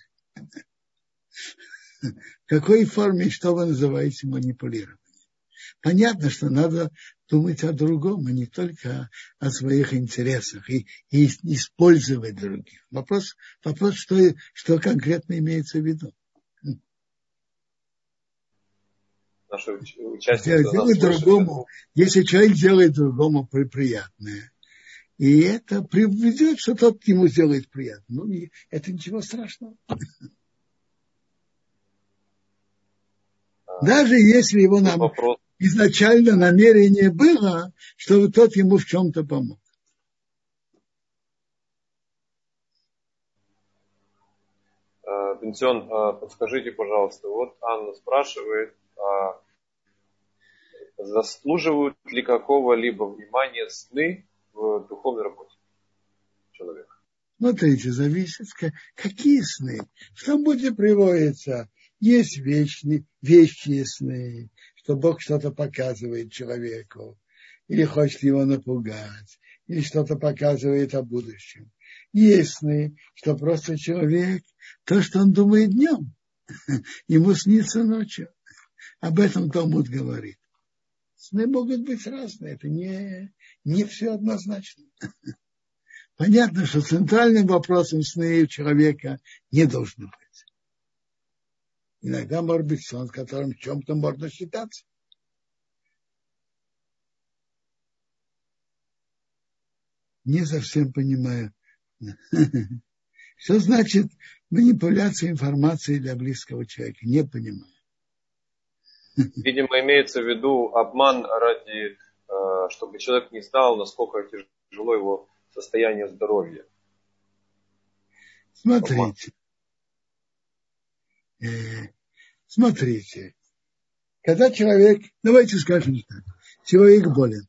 В какой форме, что вы называете манипулированием? Понятно, что надо думать о другом, а не только о своих интересах и, и использовать других. Вопрос, вопрос что, что конкретно имеется в виду. Наша участница делать другому, если человек делает другому приятное, и это приведет, что тот ему сделает приятно. Ну, это ничего страшного. А, даже если его нам вопрос. Изначально намерение было, чтобы тот ему в чем-то помог. Бенцион, подскажите, пожалуйста, вот Анна спрашивает, заслуживают ли какого-либо внимания сны в духовной работе человека? Смотрите, зависит, какие сны. В Талмуде приводится, есть вечные, вечные сны, что Бог что-то показывает человеку, или хочет его напугать, или что-то показывает о будущем. Есть сны, что просто человек, то, что он думает днем, ему снится ночью. Об этом Талмуд говорит. Сны могут быть разные, это не, не все однозначно. Понятно, что центральным вопросом сны у человека не должно быть. Иногда может быть сон, с которым в чем-то можно считаться. Не совсем понимаю. Что значит манипуляция информацией для близкого человека? Не понимаю. Видимо, имеется в виду обман ради, чтобы человек не знал, насколько тяжело его состояние здоровья. Смотрите. Э, смотрите. Когда человек, давайте скажем так, человек болен.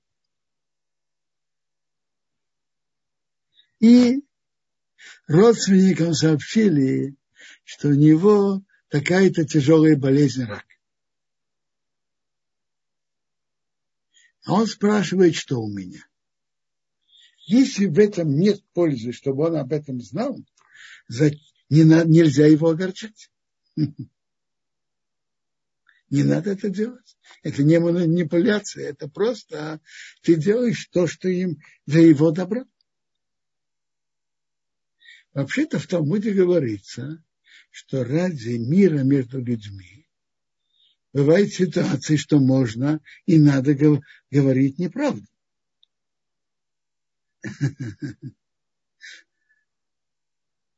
И родственникам сообщили, что у него такая-то тяжелая болезнь рак. А он спрашивает, что у меня. Если в этом нет пользы, чтобы он об этом знал, не надо, нельзя его огорчать. Не надо это делать. Это не манипуляция, это просто ты делаешь то, что им для его добра. Вообще-то в Талмуде говорится, что ради мира между людьми бывают ситуации, что можно и надо говорить неправду.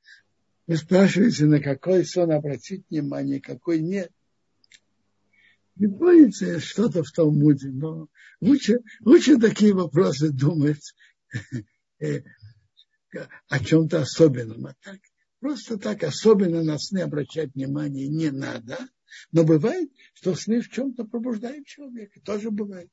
Вы спрашиваете, на какой сон обратить внимание, какой нет. Не боится что-то в Талмуде, но лучше, лучше такие вопросы думать о чем-то особенном. А так, просто так особенно на сны обращать внимание не надо. Но бывает, что сны в чем-то пробуждают человека. Тоже бывает.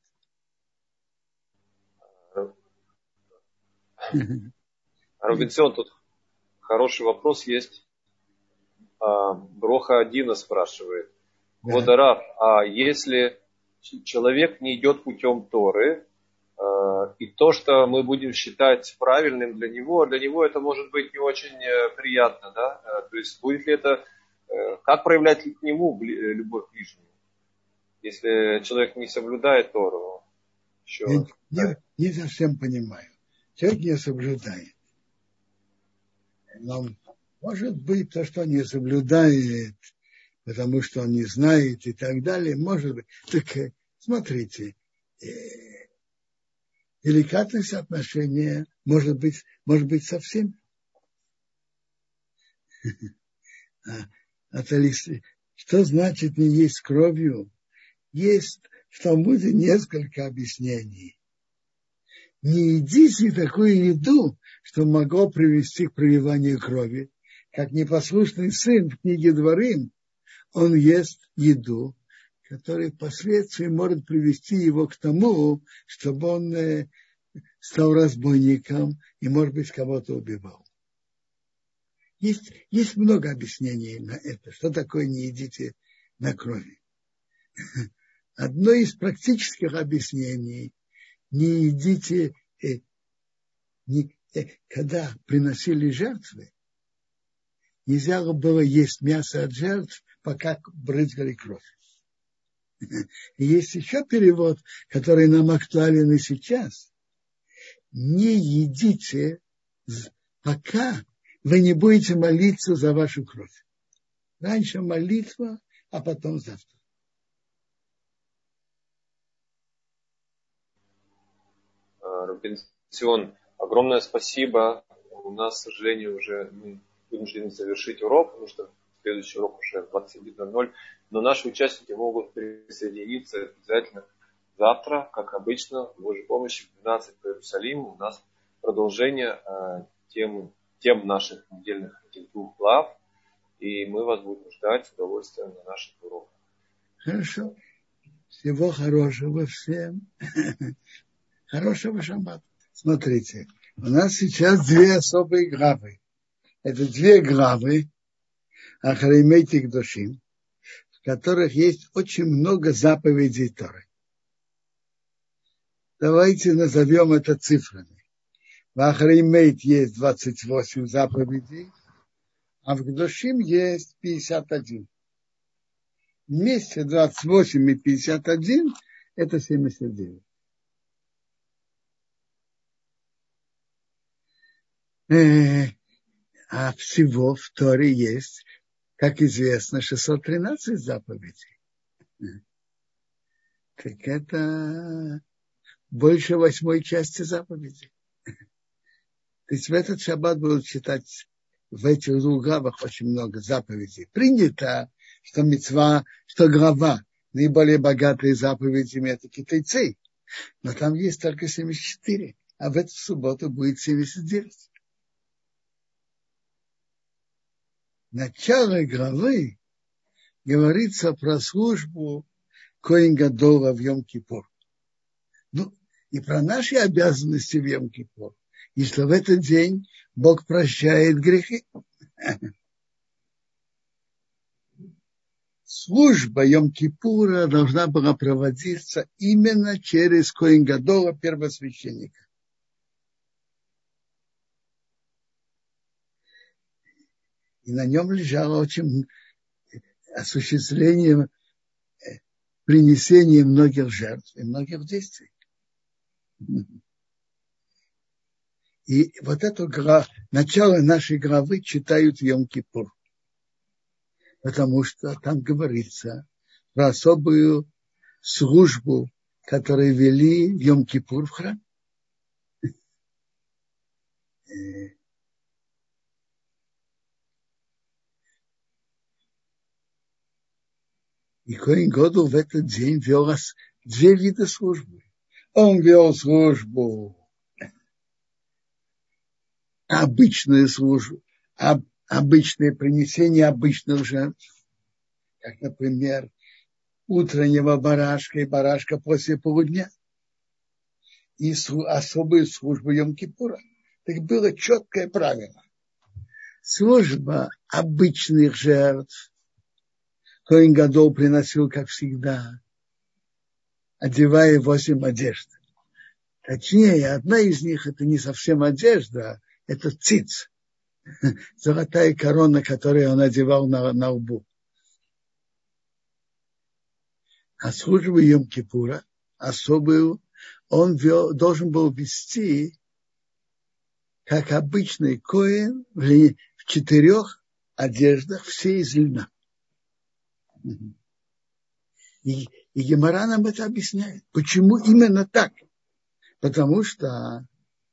Робинсон, тут хороший вопрос есть. Броха Адина спрашивает. Квадарав, а если человек не идет путем Торы, и то, что мы будем считать правильным для него, для него это может быть не очень приятно, да? То есть будет ли это, как проявлять к нему любовь к ближнему, если человек не соблюдает Тору? Еще, Я да. не, не совсем понимаю. Человек не соблюдает. Но может быть то, что он не соблюдает, потому что он не знает и так далее, может быть. Так смотрите, деликатность отношения может быть, может быть совсем. Что значит не есть кровью? Есть в Талмуде несколько объяснений. Не едите такую еду, что могло привести к проливанию крови. Как непослушный сын в книге Дворим, он ест еду, которая впоследствии может привести его к тому, чтобы он стал разбойником и, может быть, кого-то убивал. Есть, есть много объяснений на это, что такое не едите на крови. Одно из практических объяснений – не едите, э, не, э, когда приносили жертвы, нельзя было есть мясо от жертв, пока брызгали кровь. И есть еще перевод, который нам актуален и сейчас. Не едите, пока вы не будете молиться за вашу кровь. Раньше молитва, а потом завтра. Робинсон, огромное спасибо. У нас, к сожалению, уже мы вынуждены завершить урок, потому что следующий урок уже в двадцать один ноль ноль. Но наши участники могут присоединиться обязательно завтра, как обычно, с Божьей помощью, в двенадцать по Иерусалиму. У нас продолжение э, тем, тем наших недельных этих двух глав. И мы вас будем ждать с удовольствием на наших уроках. Хорошо. Всего хорошего всем. Хорошего шаббата. Смотрите, у нас сейчас две особые главы. Это две главы Ахарей Кедушим, в которых есть очень много заповедей Торы. Давайте назовем это цифрами. В Ахарей есть двадцать восемь заповедей, а в Кедушим есть пятьдесят один. Вместе двадцать восемь и пятьдесят один – это семьдесят девять. А всего в Торе есть, как известно, шестьсот тринадцать заповедей. Так это больше восьмой части заповедей. То есть в этот шаббат будут читать в этих двух главах очень много заповедей. Принято, что мицва, что глава наиболее богатые заповедями это китайцы. Но там есть только семьдесят четыре, а в эту субботу будет семьдесят девять. Начало главы говорится про службу Коэн Гадола в Йом-Кипур. Ну, и про наши обязанности в Йом-Кипур. И что в этот день Бог прощает грехи. Служба Йом-Кипура должна была проводиться именно через Коэн Гадола, первосвященника. И на нем лежало очень осуществление принесения многих жертв и многих действий. И вот это начало нашей главы читают в Йом-Кипур, потому что там говорится про особую службу, которую вели в Йом-Кипур в храм. И Коэн Гадоль в этот день вел две вида службы. Он вел службу, обычную службу, об, обычное принесение обычных жертв, как, например, утреннего барашка и барашка после полудня, и особую службу Йом-Кипура. Так было четкое правило. Служба обычных жертв Коэн Гадоль приносил, как всегда, одевая восемь одежд. Точнее, одна из них это не совсем одежда, это циц, золотая корона, которую он одевал на, на лбу. А службу Йом-Кипура особую он вел, должен был вести, как обычный коэн, в четырех одеждах, все из льна. И, и Гемара нам это объясняет. Почему именно так? Потому что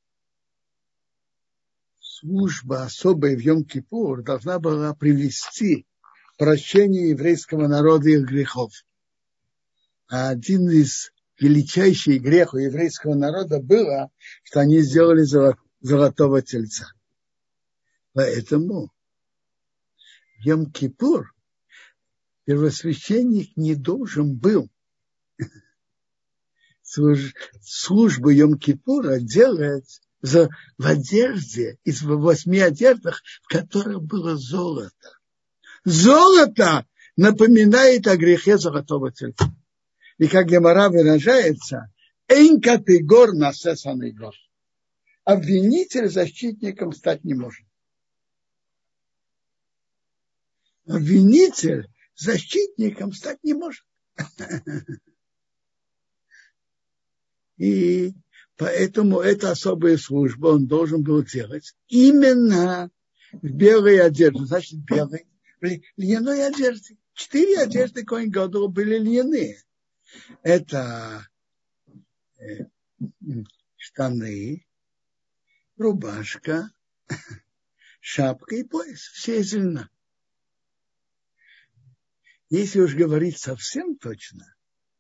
служба особая в Йом-Кипур должна была привести к прощению еврейского народа их грехов. А один из величайших грехов еврейского народа было, что они сделали золотого тельца. Поэтому в Йом-Кипур первосвященник не должен был службу Йом-Кипура делать в одежде, из восьми одеждах, в которых было золото. Золото напоминает о грехе золотого тельца. И как Гемара выражается, «Эйн категор насесанный гор». Обвинитель защитником стать не может. Обвинитель защитником стать не может. И поэтому эта особая служба он должен был делать именно в белой одежде. Значит, белой, в льняной одежде. Четыре одежды Коэн Гадоль были льняные. Это штаны, рубашка, шапка и пояс. Все из льна. Если уж говорить совсем точно,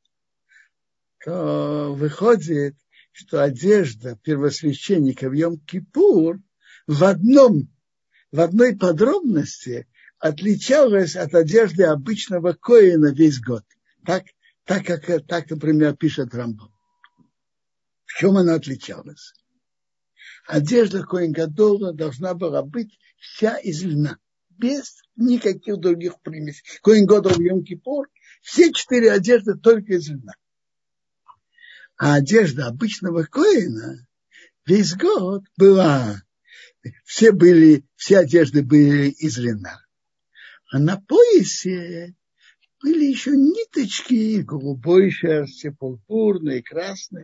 то выходит, что одежда первосвященника в Йом-Кипур в одном, в одной подробности отличалась от одежды обычного коэна весь год. Так, так, как, так, например, пишет Рамбам. В чем она отличалась? Одежда Коэн Гадоля должна была быть вся из льна, без никаких других примесей. Коэн Гадоль в Йом-Кипур, все четыре одежды только из льна. А одежда обычного коэна весь год была, все были, все одежды были из льна. А на поясе были еще ниточки голубой шерсти, пурпурной, красной.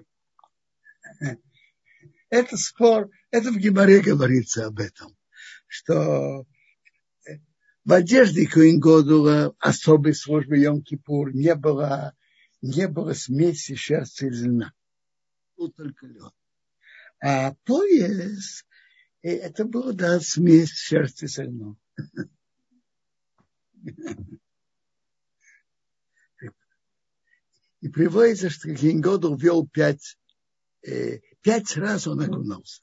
Это спор, это в Гемаре говорится об этом, что в одежде Коэн Гадоля особой службы Йом-Кипур не было, не было смеси шерсти и льна. Был только лед. А пояс, это была, да, смесь шерсти с льном. И приводится, что Коэн Гадоль вел пять, э, пять раз он окунулся.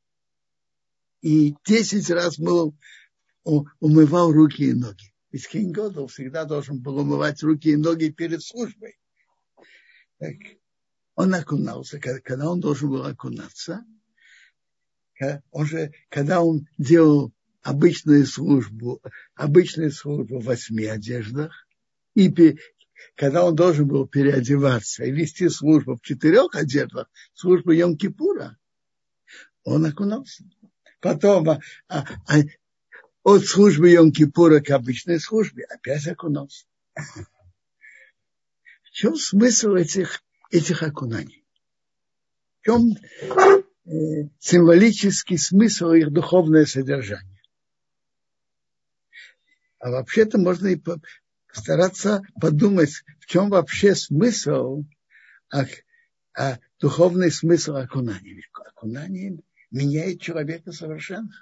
И десять раз мыл, умывал руки и ноги. Ведь Коэн Гадоль всегда должен был умывать руки и ноги перед службой. Так, он окунался, когда он должен был окунаться. Он же, когда он делал обычную службу, обычную службу в восьми одеждах, и когда он должен был переодеваться и вести службу в четырех одеждах, службу Йом-Кипура, он окунался. Потом а, а, от службы Йом-Кипура к обычной службе опять окунался. В чем смысл этих, этих окунаний? В чем э, символический смысл их духовное содержание? А вообще-то можно и постараться подумать, в чем вообще смысл, а, а духовный смысл окунания. Ведь окунание меняет человека совершенно.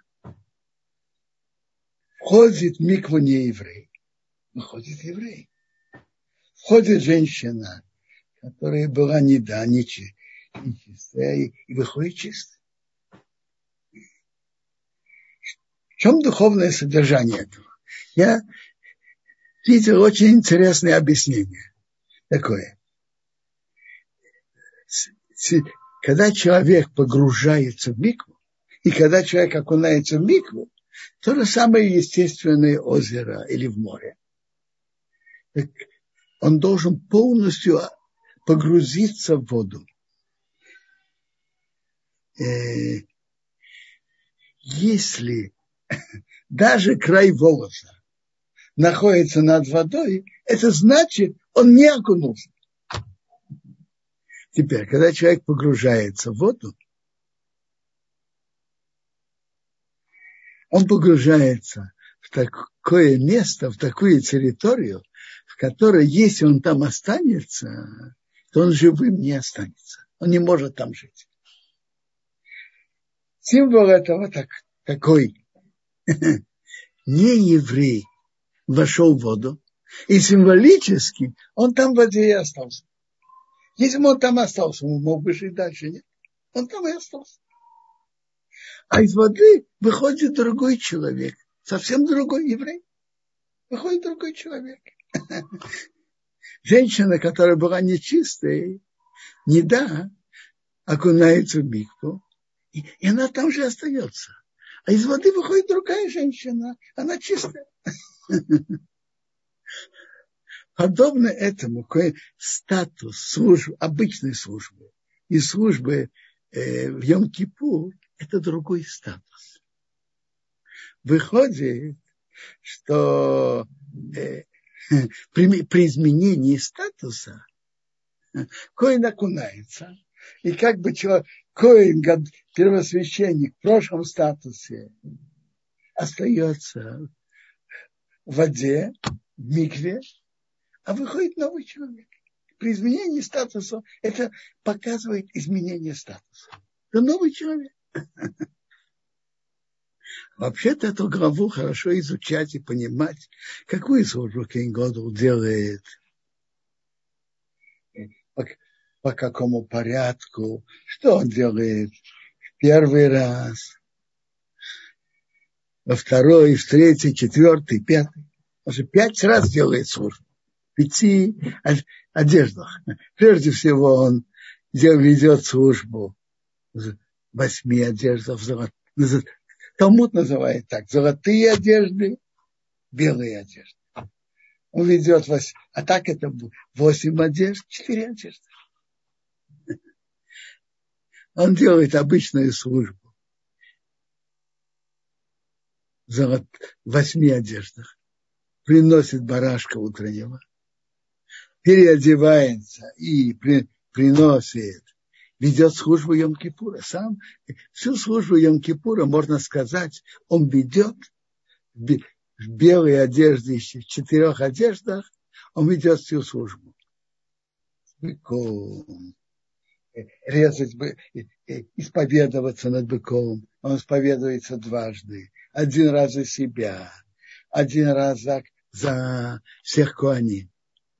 Входит в микву не еврей, выходит еврей. входит женщина, которая была не да, не чистая, и выходит чистая. В чем духовное содержание этого? Я видел очень интересное объяснение. Такое. Когда человек погружается в микву, и когда человек окунается в микву, то же самое естественное озеро или в море. Так он должен полностью погрузиться в воду. Если даже край волоса находится над водой, это значит, он не окунулся. Теперь, когда человек погружается в воду, он погружается в такое место, в такую территорию, в которой, если он там останется, то он живым не останется. Он не может там жить. Символ этого так, такой. Не еврей вошел в воду, и символически он там в воде и остался. Если бы он там остался, он мог бы жить дальше, нет? Он там и остался. А из воды выходит другой человек, совсем другой еврей. Выходит другой человек. Женщина, которая была нечистой, не да, окунается в микву, и, и она там же остается. А из воды выходит другая женщина, она чистая. Подобно этому статус службы, обычной службы и службы э, в Йом-Кипур – это другой статус. Выходит, что э, при, при изменении статуса коэн окунается, и как бы человек, коэн, первосвященник в прошлом статусе остается в воде, в микве, а выходит новый человек. При изменении статуса это показывает изменение статуса. Это новый человек. Вообще-то эту главу хорошо изучать и понимать, какую службу Коэн Гадоль делает, по, по какому порядку, что он делает в первый раз, во второй, в третий, четвертый, пятый. Он же пять раз делает службу. В пяти одеждах. Прежде всего он ведет службу в восьми одеждах. Талмуд называет так. Золотые одежды, белые одежды. Он ведет восемь. А так это восемь одежд, четыре одежды. Он делает обычную службу в восьми одеждах. Приносит барашка утреннего. Переодевается и при, приносит, ведет службу Йом-Кипура. Сам всю службу Йом-Кипура, можно сказать, он ведет в белой одежде, в четырех одеждах, он ведет всю службу. Быком, резать, исповедоваться над быком. Он исповедуется дважды. Один раз за себя, один раз за, за всех коаним.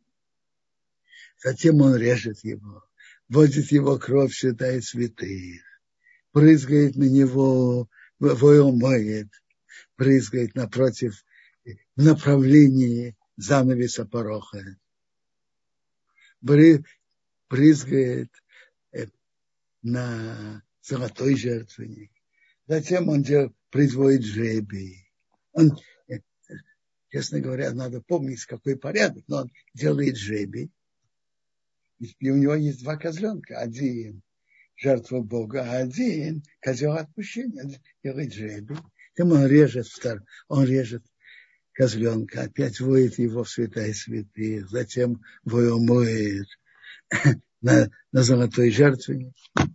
Затем он режет его, вводит его кровь в святая святых, брызгает на него, его моет, брызгает напротив, в направлении занавеса пороха, брызгает на золотой жертвенник. Затем он делает, производит жребий. Он, честно говоря, надо помнить, какой порядок, но он делает жребий. И у него есть два козленка. Один жертва Бога, а один козел отпущения. Он делает жребий. Затем он режет, втор... он режет козленка, опять вводит его в святая святых, затем его моет на, на золотой жертвенник.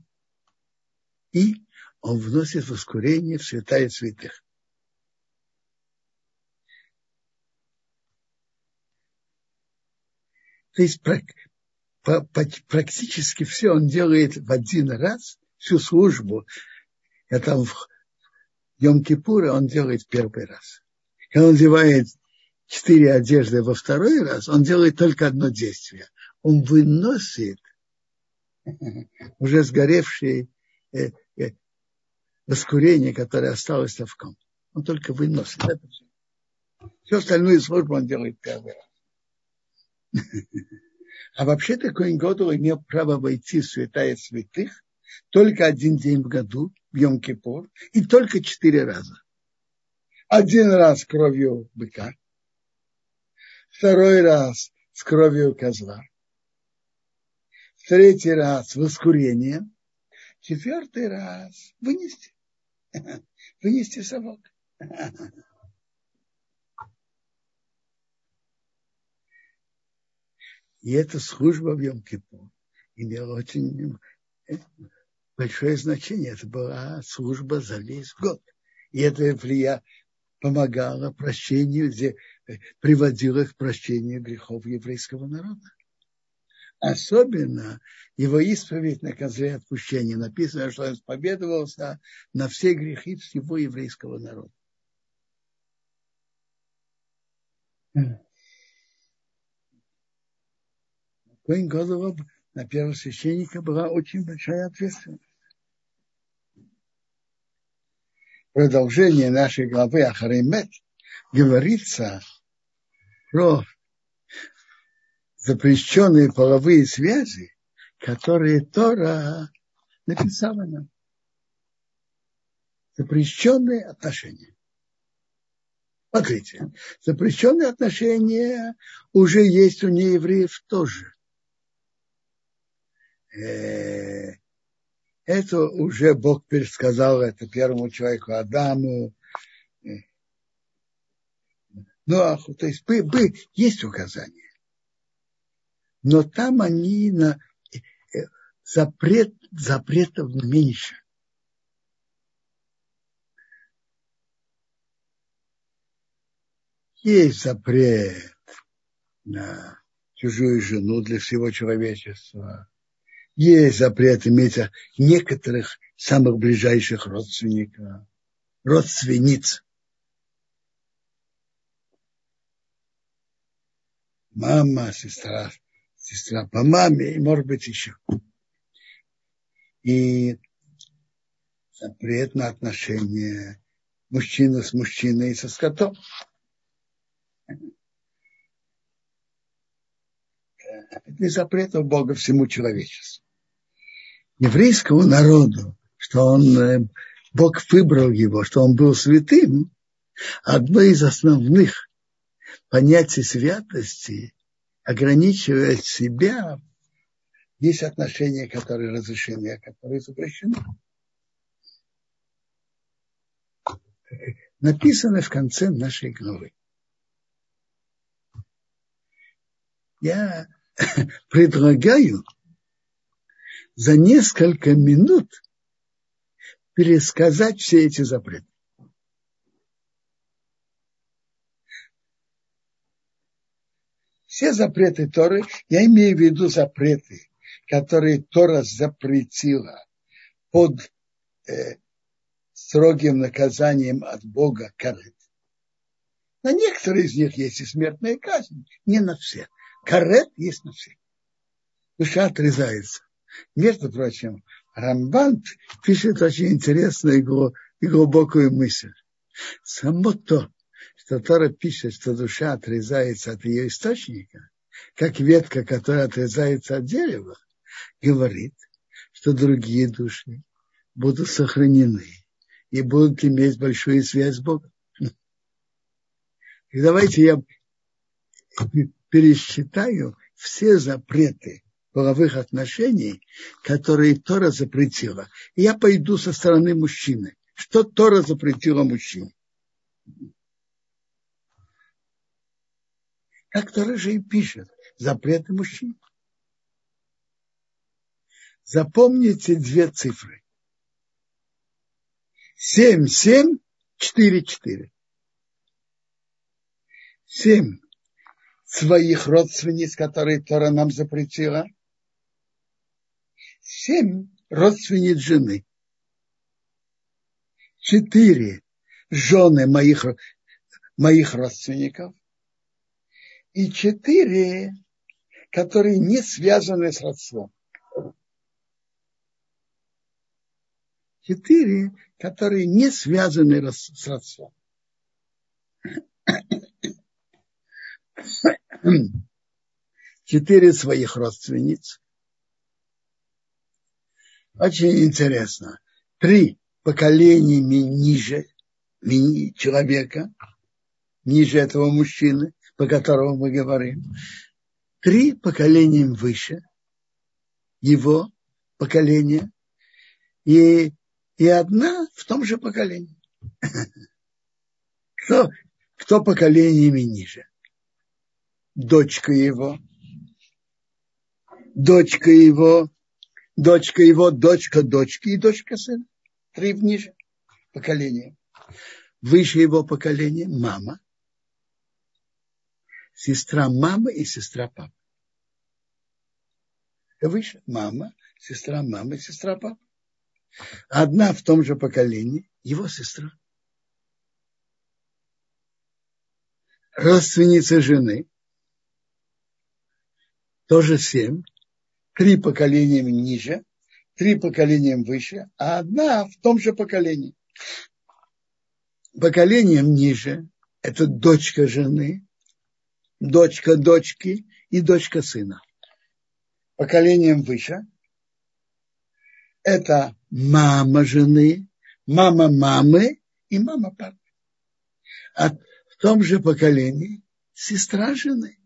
И он вносит воскурение в святая святых. То есть практически все он делает в один раз, всю службу. Это в Йом-Кипуре он делает в первый раз. Когда он одевает четыре одежды во второй раз, он делает только одно действие. Он выносит уже сгоревшие э, э, воскурение, которое осталось совком. Он только выносит. Это все. Всю остальную службу он делает первый раз. А вообще-то Коэн Гадоль имел право войти в святая святых только один день в году, в Йом-Кипур, и только четыре раза. Один раз кровью быка, второй раз с кровью козла, третий раз воскурением, четвертый раз вынести. Вынести совок. И эта служба в Йом-Кипур имела очень большое значение. Это была служба за весь год. И это влия... помогало прощению, приводило к прощению грехов еврейского народа. Особенно его исповедь на козле отпущения. Написано, что он исповедовался на все грехи всего еврейского народа. Коэн Гадоль на первосвященника была очень большая ответственность. Продолжение нашей главы Ахарей Мет говорится про запрещенные половые связи, которые Тора написала нам. Запрещенные отношения. Смотрите, запрещенные отношения уже есть у неевреев тоже. Это уже Бог пересказал это первому человеку Адаму. Ну, то есть есть указания. Но там они на запрет, запретов меньше. Есть запрет на чужую жену для всего человечества. Есть запрет иметь некоторых самых ближайших родственников, родственниц. Мама, сестра, сестра по маме и, может быть, еще. И запрет на отношения мужчины с мужчиной и со скотом. Это запрет у Бога всему человечеству. Еврейскому народу, что он, Бог выбрал его, что он был святым, одно из основных понятий святости ограничивает себя. Есть отношения, которые разрешены, а которые запрещены. Написано в конце нашей главы. Я предлагаю за несколько минут пересказать все эти запреты. Все запреты Торы, я имею в виду запреты, которые Тора запретила под э, строгим наказанием от Бога карет. На некоторые из них есть и смертная казнь, не на все. Карет есть на все. Душа отрезается. Между прочим, Рамбан пишет очень интересную и глубокую мысль. Само то, что Тора пишет, что душа отрезается от ее источника, как ветка, которая отрезается от дерева, говорит, что другие души будут сохранены и будут иметь большую связь с Богом. И давайте я пересчитаю все запреты половых отношений, которые Тора запретила. И я пойду со стороны мужчины. Что Тора запретила мужчине? Как Тора же и пишет, запреты мужчин. Запомните две цифры. Семь, семь, четыре, четыре. Семь своих родственниц, которые Тора нам запретила. Семь родственниц жены. Четыре жены моих, моих родственников. и четыре, которые не связаны с родством. Четыре, которые не связаны с родством. Четыре своих родственниц. Очень интересно. Три поколениями ниже человека, ниже этого мужчины, по которому мы говорим. Три поколения выше его поколения. И, и одна в том же поколении. Кто, кто поколениями ниже? Дочка его. Дочка его. Дочка его, дочка дочки и дочка сына. Три ниже поколения. Выше его поколения мама. Сестра мамы и сестра папы. Выше мама, сестра мамы, сестра папы. Одна в том же поколении его сестра. Родственница жены. Тоже семь. Три поколения ниже, три поколения выше, а одна в том же поколении. Поколением ниже – это дочка жены, дочка дочки и дочка сына. Поколением выше – это мама жены, мама мамы и мама папы. А в том же поколении сестра жены.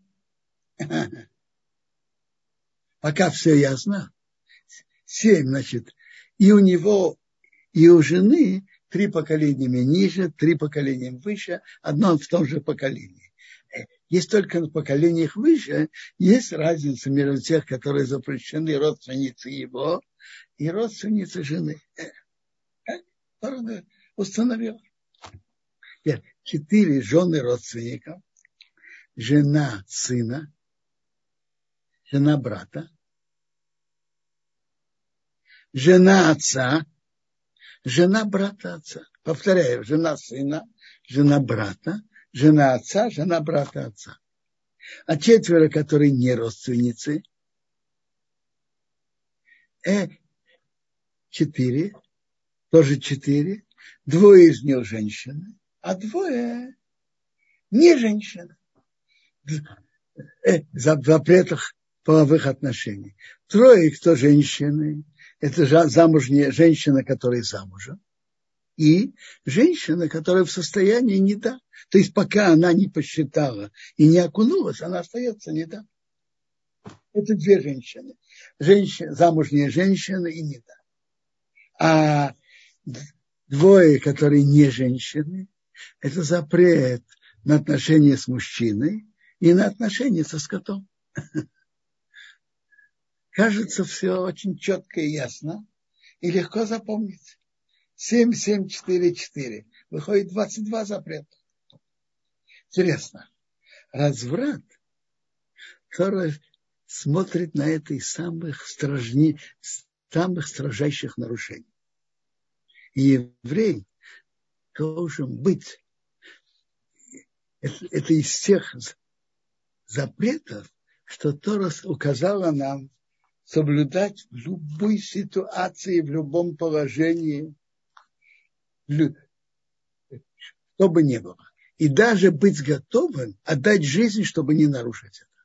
Пока все ясно. Семь, значит, и у него, и у жены три поколения ниже, три поколения выше, одно в том же поколении. Есть только в поколениях выше, есть разница между тех, которые запрещены родственницы его, и родственницы жены. Установил. Четыре жены родственников, жена сына, жена брата, жена отца, жена брата отца. Повторяю, жена сына, жена брата, жена отца, жена брата отца. А четверо, которые не родственницы, э, четыре, тоже четыре, двое из них женщины, а двое не женщины. Э, в запретах половых отношений. Трое, кто женщины, это замужняя женщина, которая замужем, и женщина, которая в состоянии не да. То есть пока она не посчитала и не окунулась, она остается не да. Это две женщины. Женщина, замужняя женщина и не да. А двое, которые не женщины, это запрет на отношения с мужчиной и на отношения со скотом. Кажется, все очень четко и ясно, и легко запомнить. семь, семь, четыре, четыре. Выходит двадцать два запрета. Интересно. Разврат, который смотрит на это из самых, стражни, самых строжайших нарушений. И еврей должен быть, это, это из всех запретов, что Тора указала нам соблюдать в любой ситуации, в любом положении, что бы ни было. И даже быть готовым отдать жизнь, чтобы не нарушить это.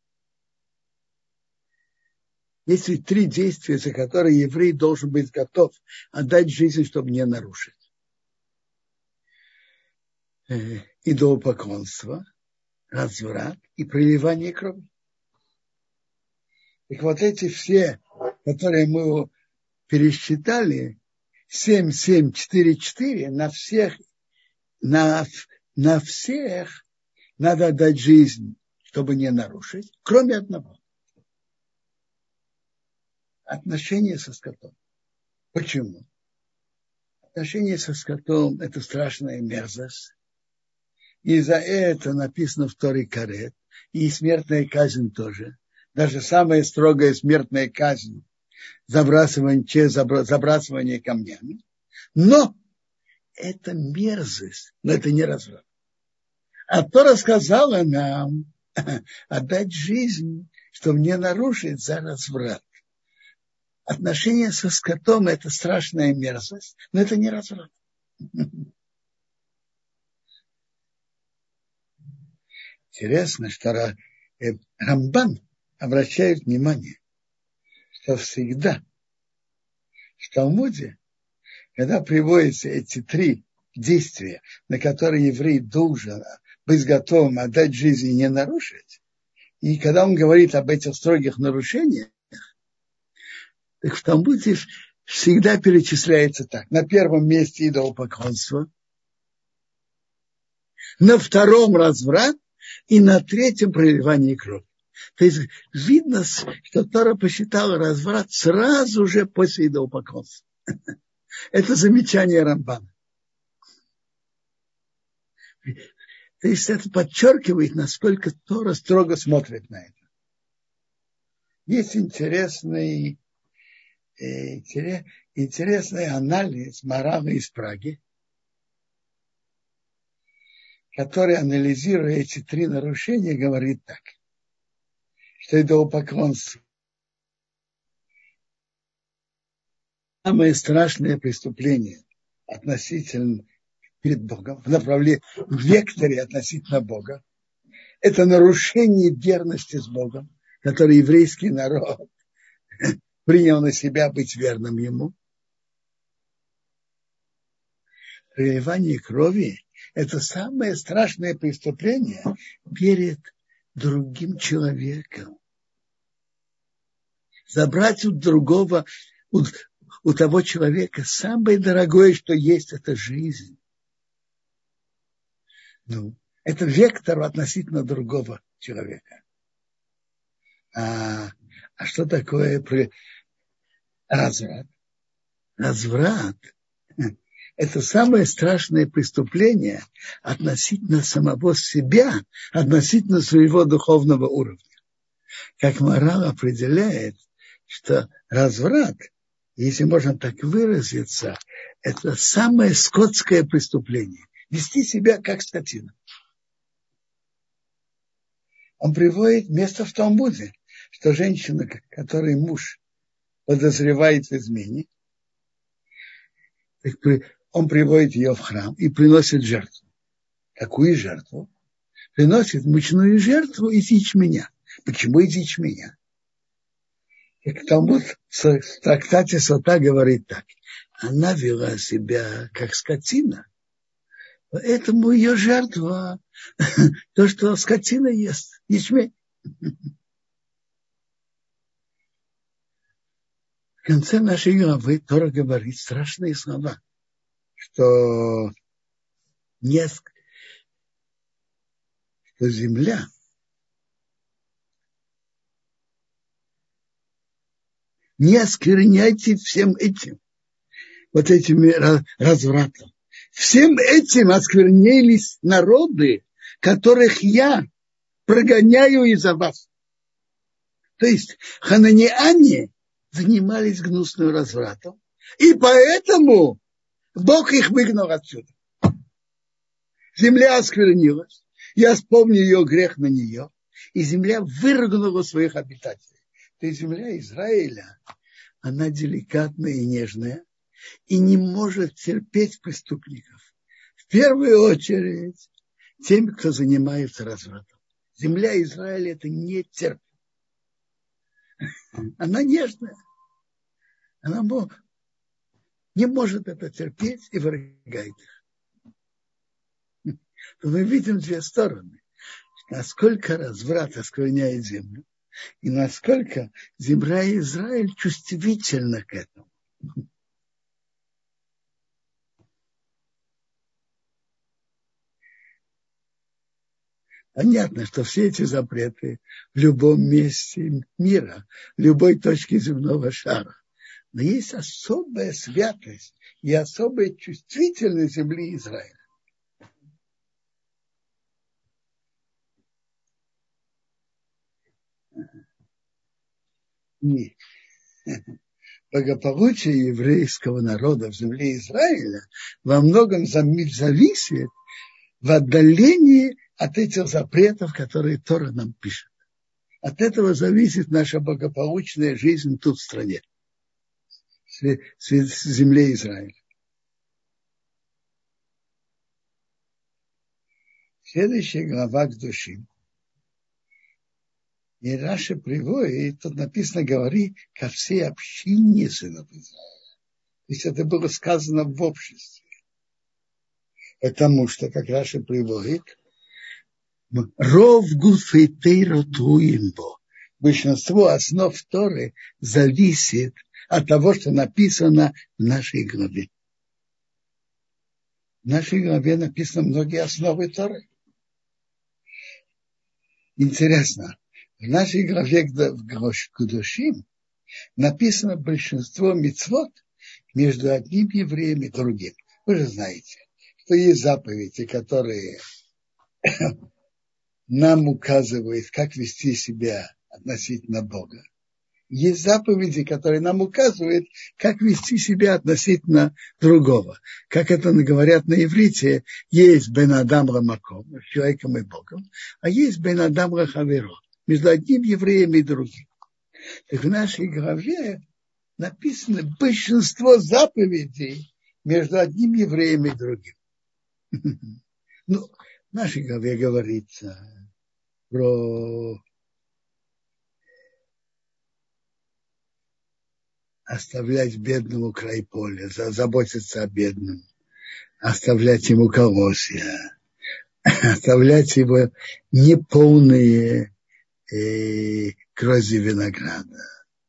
Есть ведь три действия, за которые еврей должен быть готов отдать жизнь, чтобы не нарушить. Идолопоклонство, разврат и проливание крови. Так вот эти все, которые мы пересчитали, семь, семь, четыре, четыре, на всех, на, на всех надо отдать жизнь, чтобы не нарушить, кроме одного. Отношения со скотом. Почему? Отношения со скотом – это страшная мерзость. И за это написано в Торе карет, и смертная казнь тоже. Даже самая строгая смертная казнь – забрасывание, забрасывание камнями. Но это мерзость, но это не разврат. А Тора сказала нам отдать жизнь, чтобы не нарушить за разврат. Отношения со скотом – это страшная мерзость, но это не разврат. Интересно, что Рамбан обращает внимание, что всегда в Талмуде, когда приводятся эти три действия, на которые еврей должен быть готовым отдать жизнь и не нарушить, и когда он говорит об этих строгих нарушениях, так в Талмуде всегда перечисляется так. На первом месте идолопоклонство, на втором разврат и на третьем проливание крови. То есть видно, что Тора посчитала разврат сразу же после идолопоклонства. Это замечание Рамбана. То есть это подчеркивает, насколько Тора строго смотрит на это. Есть интересный, интересный анализ Марана из Праги, который, анализируя эти три нарушения, говорит так, что идолопоклонство самое страшное преступление относительно перед Богом, в направлении, в векторе относительно Бога. Это нарушение верности с Богом, который еврейский народ принял на себя быть верным ему. Проливание крови – это самое страшное преступление перед другим человеком. Забрать у другого, у, у того человека самое дорогое, что есть, это жизнь. Ну, это вектор относительно другого человека. А, а что такое разврат? Разврат – это самое страшное преступление относительно самого себя, относительно своего духовного уровня. Как Марал определяет, что разврат, если можно так выразиться, это самое скотское преступление. Вести себя как скотина. Он приводит место в Талмуде, что женщина, которой муж подозревает в измене, он приводит ее в храм и приносит жертву. Какую жертву? Приносит мучную жертву из ячменя. Почему из ячменя? И Талмуд в трактате Сота говорит так. Она вела себя как скотина. Поэтому ее жертва то, что скотина ест, ячмень. В конце нашей главы Тора говорит страшные слова, что, не, что земля не оскверняйте всем этим, вот этим развратом. Всем этим осквернились народы, которых я прогоняю из-за вас. То есть хананиане занимались гнусным развратом, и поэтому Бог их выгнал отсюда. Земля осквернилась, я вспомню ее грех на нее, и земля выругнула своих обитателей. То есть земля Израиля, она деликатная и нежная, и не может терпеть преступников. В первую очередь тем, кто занимается развратом. Земля Израиля это не терпит. Она нежная. Она не может это терпеть и вырыгает их. Мы видим две стороны. Насколько разврат оскверняет землю, и насколько земля Израиль чувствительна к этому. Понятно, что все эти запреты в любом месте мира, в любой точке земного шара. Но есть особая святость и особая чувствительность земли Израиля. Нет. Благополучие еврейского народа в земле Израиля во многом зависит в отдалении от этих запретов, которые Тора нам пишет. От этого зависит наша благополучная жизнь тут в стране, в земле Израиля. Следующая глава к душе. И Раши приводит, тут написано, говори ко всей общине сынов Израиля. То есть это было сказано в обществе. Потому что, как Раши приводит, ров гуфей тейро туимбо. Большинство основ Торы зависит от того, что написано в нашей главе. В нашей главе написаны многие основы Торы. Интересно, в нашей главе Кудушим написано большинство мицвот между одним евреем и другим. Вы же знаете, что есть заповеди, которые нам указывают, как вести себя относительно Бога. Есть заповеди, которые нам указывают, как вести себя относительно другого. Как это говорят на иврите, есть бен адам ламаком, между человеком и Богом, а есть бен адам лахаверо, между одним евреем и другим. Так в нашей главе написано большинство заповедей между одним евреем и другим. Ну, в нашей главе говорится про оставлять бедному край поля, заботиться о бедном, оставлять ему колосья, оставлять его неполные э, грозди винограда.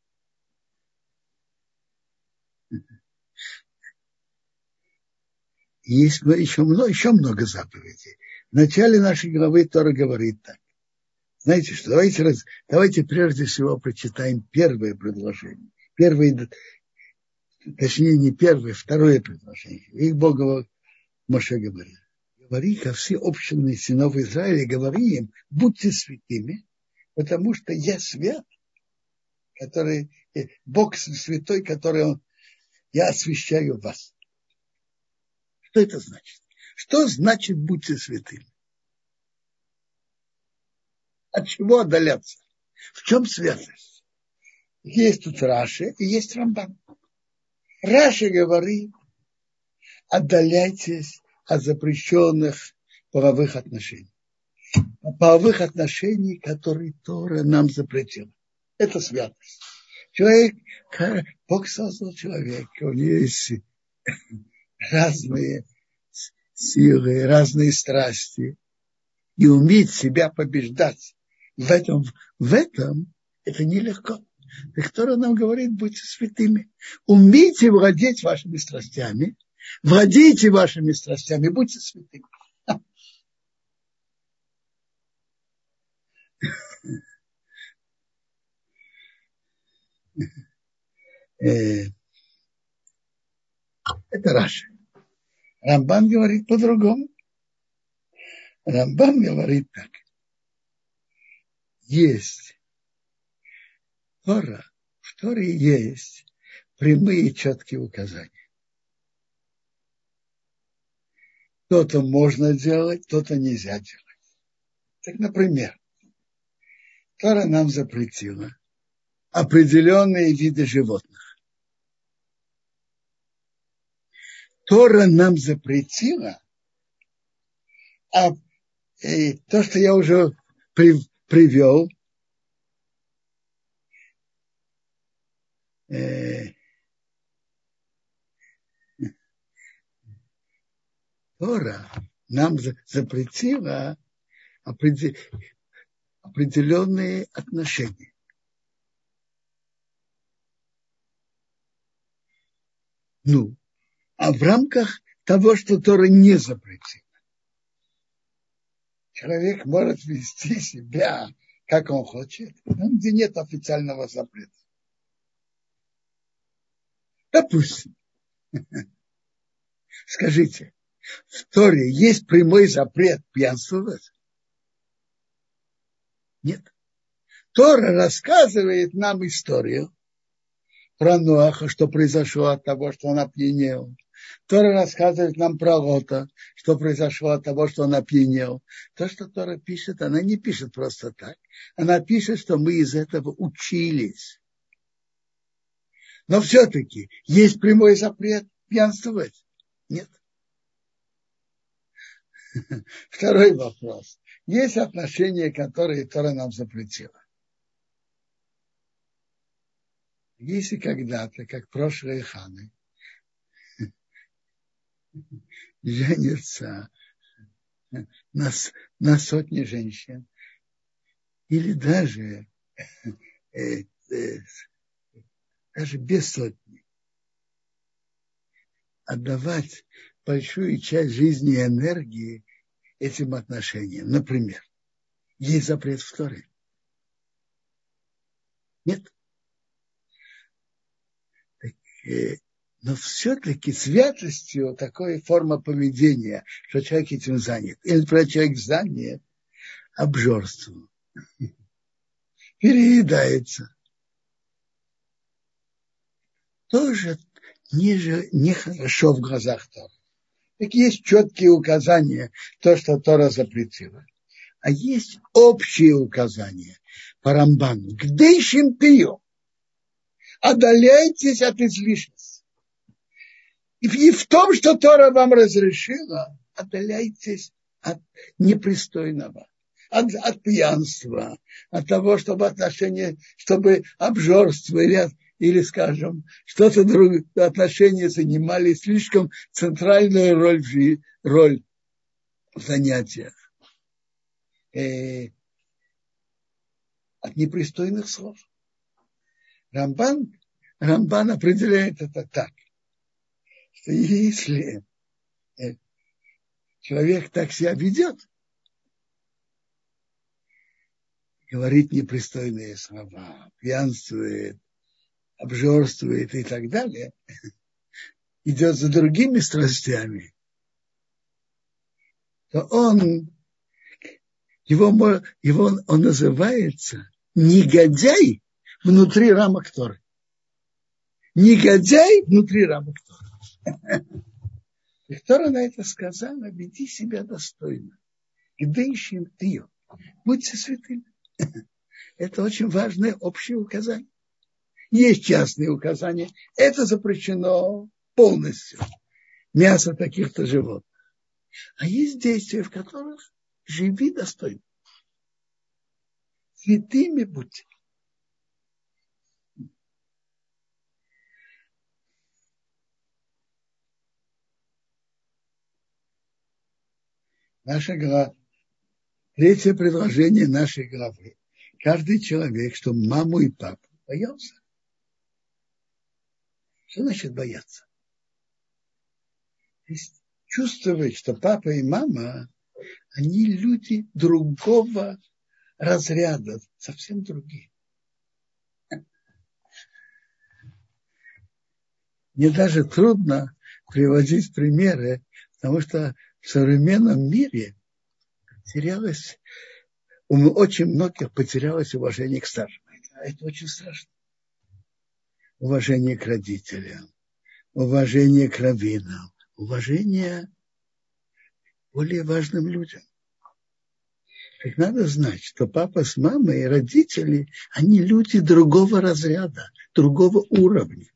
Есть еще много, еще много заповедей. В начале нашей главы Тора говорит так. Знаете что, давайте, раз, давайте прежде всего прочитаем первое предложение. Первое, точнее не первое, второе предложение. Их Бог Моше говорит. Говори ко всей общине сынов Израиля, говори им, будьте святыми, потому что я свят, который, Бог святой, который он, я освящаю вас. Что это значит? Что значит будьте святыми? От чего отдаляться? В чем святость? Есть тут Раши и есть Рамбам. Раши говорит, отдаляйтесь от запрещенных половых отношений. Половых отношений, которые Тора нам запретила. Это святость. Человек, Бог создал человека, у него есть разные силы, разные страсти. И уметь себя побеждать. В этом, в этом это нелегко. Так Тора нам говорит, будьте святыми. Умейте владеть вашими страстями. Владейте вашими страстями, будьте святыми. Это Раши. Рамбан говорит по-другому. Рамбан говорит так. Есть Тора, в Торе есть прямые четкие указания. То-то можно делать, то-то нельзя делать. Так, например, Тора нам запретила определенные виды животных. Тора нам запретила а, и то, что я уже при, привел, э, Тора нам запретила определенные отношения. Ну, а в рамках того, что Тора не запретила. Человек может вести себя, как он хочет, там, где нет официального запрета. Допустим. Скажите, в Торе есть прямой запрет пьянствовать? Нет. Тора рассказывает нам историю про Ноаха, что произошло от того, что он опьянел. Тора рассказывает нам про Лота, что произошло от того, что он опьянел. То, что Тора пишет, она не пишет просто так. Она пишет, что мы из этого учились. Но все-таки есть прямой запрет пьянствовать? Нет. Второй вопрос. Есть отношения, которые Тора нам запретила. Если когда-то, как прошлые ханы, женятся на, на сотни женщин, или даже, э, э, даже без сотни, отдавать большую часть жизни и энергии этим отношениям. Например, есть запрет в Торе? Нет. Так, э, но все-таки святостью такой форма поведения, что человек этим занят. Или, например, человек занят обжорством, переедается. Тоже нехорошо не хорошо в глазах Торы. Так есть четкие указания, то, что Тора запретила. А есть общие указания по Рамбану. Гдейшим пью. Отдаляйтесь от излишеств. И в том, что Тора вам разрешила, отдаляйтесь от непристойного, от, от пьянства, от того, чтобы отношения, чтобы обжорство или, или скажем, что-то другое, отношения занимали слишком центральную роль в, роль в занятиях. Э, от непристойных слов. Рамбан, Рамбан определяет это так, что если человек так себя ведет, говорит непристойные слова, пьянствует, обжорствует и так далее, идет за другими страстями, то он, его, его, он называется негодяй внутри рамок Торы. Негодяй внутри рамок Торы. И Тора на это сказала: веди себя достойно. Гдейшим пью. Будьте святыми. Это очень важное общее указание. Есть частные указания. Это запрещено полностью. Мясо таких-то животных. А есть действия, в которых живи достойно. Святыми будьте. Наша глава, третье предложение нашей главы. Каждый человек, что маму и папу боялся. Что значит бояться? То есть чувствовать, что папа и мама, они люди другого разряда, совсем другие. Мне даже трудно приводить примеры, потому что в современном мире потерялось, у очень многих потерялось уважение к старшим. Это очень страшно. Уважение к родителям, уважение к раввинам, уважение к более важным людям. Так надо знать, что папа с мамой и родители, они люди другого разряда, другого уровня.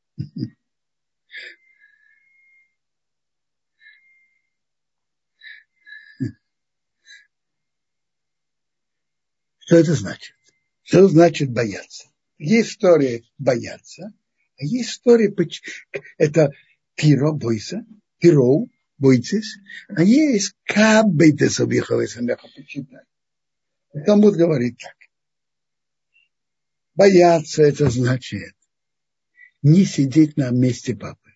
Что это значит? Что значит бояться? Есть история бояться, а есть история, это пиро, бойся, пиро, бойтесь, а есть кабейте собиховой самеха, почитай. Талмуд говорит так. Бояться — это значит не сидеть на месте папы.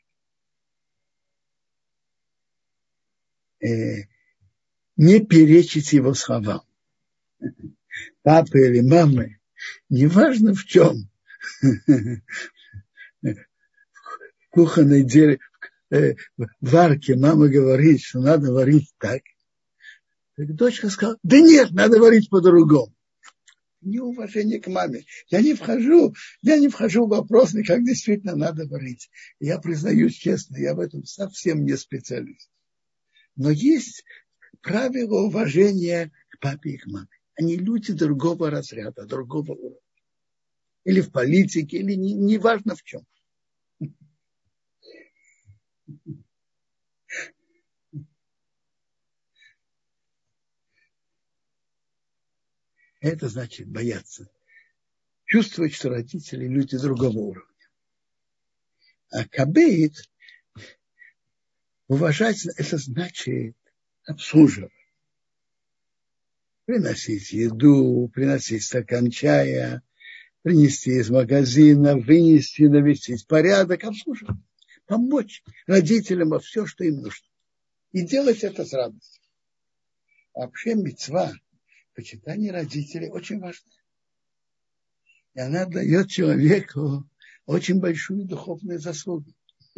Э, не перечить его словам. Папы или мамы, неважно в чем, в кухонной деле, в варке мама говорит, что надо варить так. Так дочка сказала: да нет, надо варить по-другому. неуважение к маме. Я не вхожу, я не вхожу в вопрос, как действительно надо говорить. Я признаюсь честно, я в этом совсем не специалист. Но есть правила уважения к папе и к маме. Они люди другого разряда, другого уровня. Или в политике, или не, не важно в чем. Это значит бояться. Чувствовать, что родители люди другого уровня. А кабейт, уважать, это значит обслуживать. Приносить еду, приносить стакан чая, принести из магазина, вынести, навести порядок, обслуживать. Помочь родителям во все, что им нужно. И делать это с радостью. Вообще мицва, почитание родителей очень важно. И она дает человеку очень большую духовную заслугу.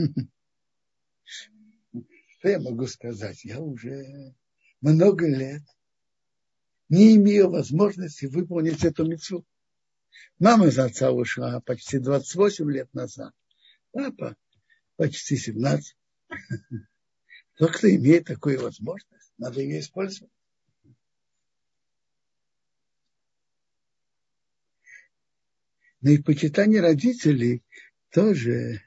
Что я могу сказать? Я уже много лет не имею возможности выполнить эту мицву. Мама за отца ушла почти двадцать восемь лет назад. Папа почти семнадцать. Тот, кто имеет такую возможность, надо ее использовать. Но и почитание родителей тоже.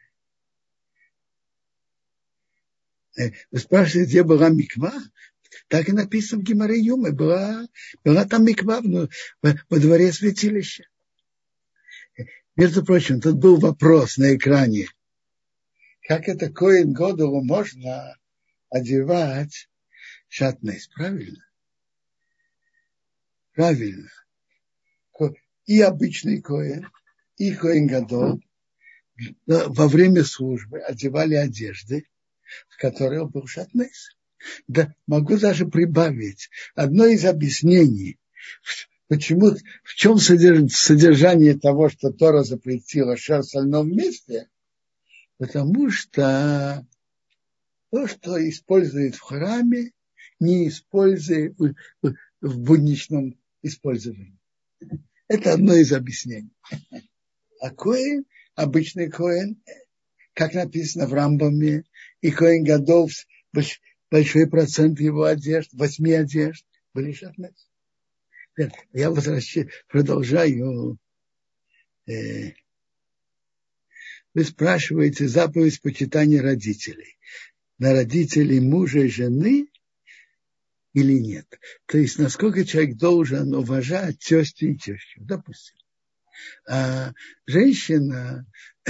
Вы спрашиваете, где была миква? Так и написано в Гемаре Юме. Была, была там миква ну, во дворе святилища. Между прочим, тут был вопрос на экране. Как это коэн годову можно одевать шатнес? Правильно? Правильно. И обычный коэн, и коэн гадол во время службы одевали одежды, в которой был шатнес. Да, могу даже прибавить одно из объяснений, почему, в чем содержание того, что Тора запретила шерсть в остальном месте, потому что то, что используют в храме, не используют в, в будничном использовании. Это одно из объяснений. А коэн, обычный коэн, как написано в Рамбаме, и коэн гадол, большой процент его одежд, восьми одежд, были шатнес. Я возвращаюсь, продолжаю. Вы спрашиваете заповедь почитания родителей. На родителей мужа и жены или нет? То есть, насколько человек должен уважать тестю и тещу, допустим. А женщина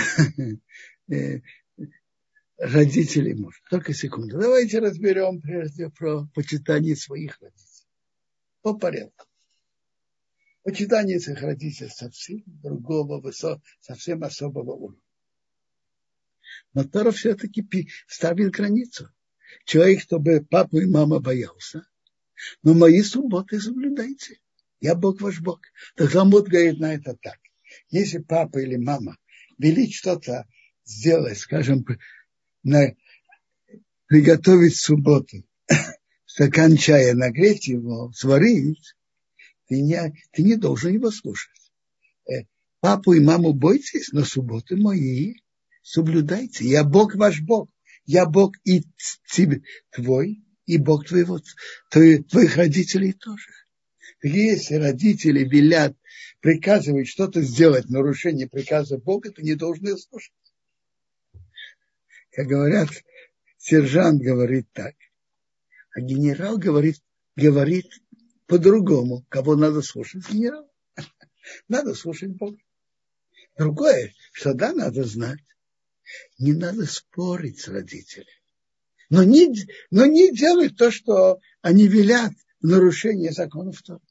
родителей мужа. Только секунду. Давайте разберем прежде про почитание своих родителей. По порядку. Почитание своих родителей совсем другого, совсем особого уровня. Но Тора все-таки ставит границу. Человек, чтобы папу и мама боялся, но мои субботы соблюдайте. Я Бог ваш Бог. Так Талмуд говорит на это так. Если папа или мама велит что-то сделать, скажем, на, приготовить в субботу стакан чая, нагреть его, сварить, ты не, ты не должен его слушать. Папу и маму бойтесь, но субботы мои соблюдайте. Я Бог ваш Бог. Я Бог и тебе, твой, и Бог твоего, твоих родителей тоже. Если родители велят, приказывают что-то сделать, нарушение приказа Бога, то не должны слушать. Как говорят, сержант говорит так, а генерал говорит, говорит по-другому. Кого надо слушать? Генерал. Надо слушать Бога. Другое, что да, надо знать. Не надо спорить с родителями. Но не, но не делать то, что они велят в нарушение законов Торы.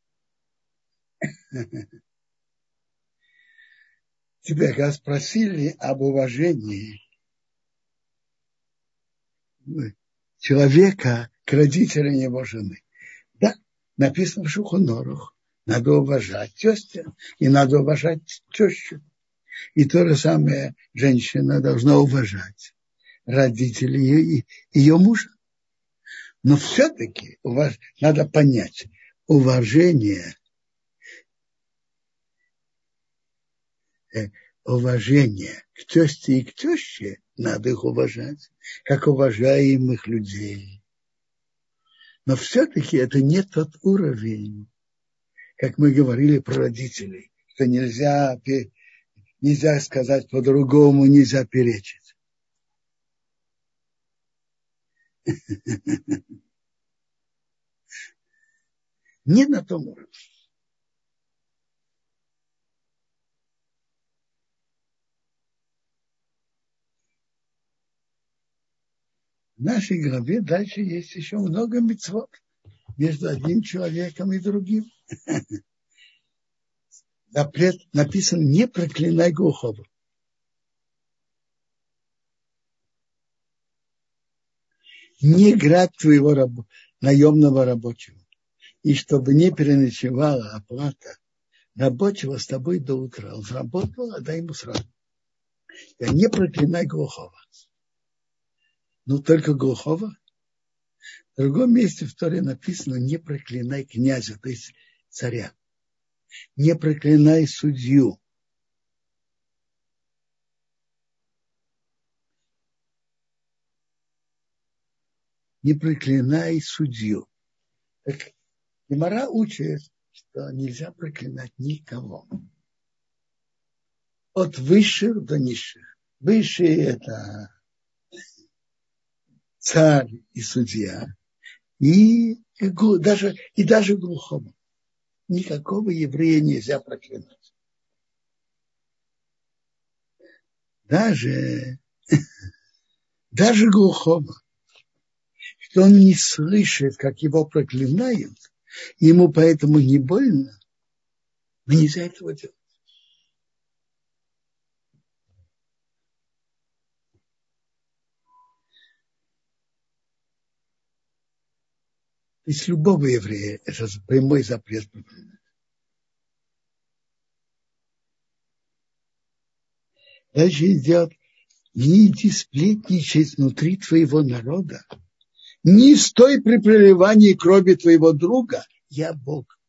Тебя когда спросили об уважении человека к родителям его жены. Да, написано в Шулхан Арух. Надо уважать тестя и надо уважать тещу. И то же самое женщина должна уважать родителей ее, ее мужа. Но все-таки уваж... надо понять, уважение э, уважение к тесте и к теще, надо их уважать, как уважаемых людей. Но все-таки это не тот уровень, как мы говорили про родителей, что нельзя, нельзя сказать по-другому, нельзя перечить. Не на том уровне. В нашей главе дальше есть еще много мицвот между одним человеком и другим. Запрет написан: не проклинай глухого. Не грабь твоего раб... наемного рабочего. И чтобы не переночевала оплата рабочего с тобой до утра. Он работал, а дай ему сразу. Я не проклинай глухого. Ну, только глухого. В другом месте в Торе написано: не проклинай князя, то есть царя. Не проклинай судью. Не проклинай судью. Так Гемара учит, что нельзя проклинать никого. От высших до низших. Высшие – это царь и судья. И, и, даже, и даже глухому. Никакого еврея нельзя проклинать. Даже, даже глухого. Что он не слышит, как его проклинают, ему поэтому не больно, но нельзя этого делать. То есть любого еврея это прямой запрет проклинать. Дальше идет: не иди сплетничать внутри твоего народа. Не стой при проливании крови твоего друга. Я Бог.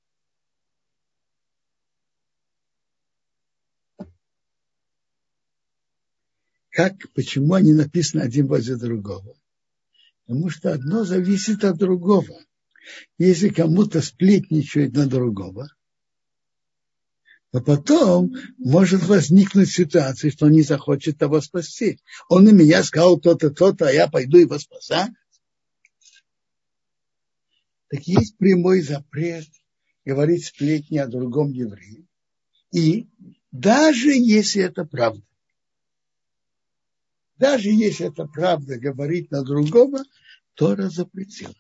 Как, почему они написаны один возле другого? Потому что одно зависит от другого. Если кому-то сплетничают на другого, то потом может возникнуть ситуация, что он не захочет того спасти. Он на меня сказал то-то, то-то, а я пойду его спасать. Так есть прямой запрет говорить сплетни о другом еврее. И даже если это правда, даже если это правда говорить на другого, Тора запретила.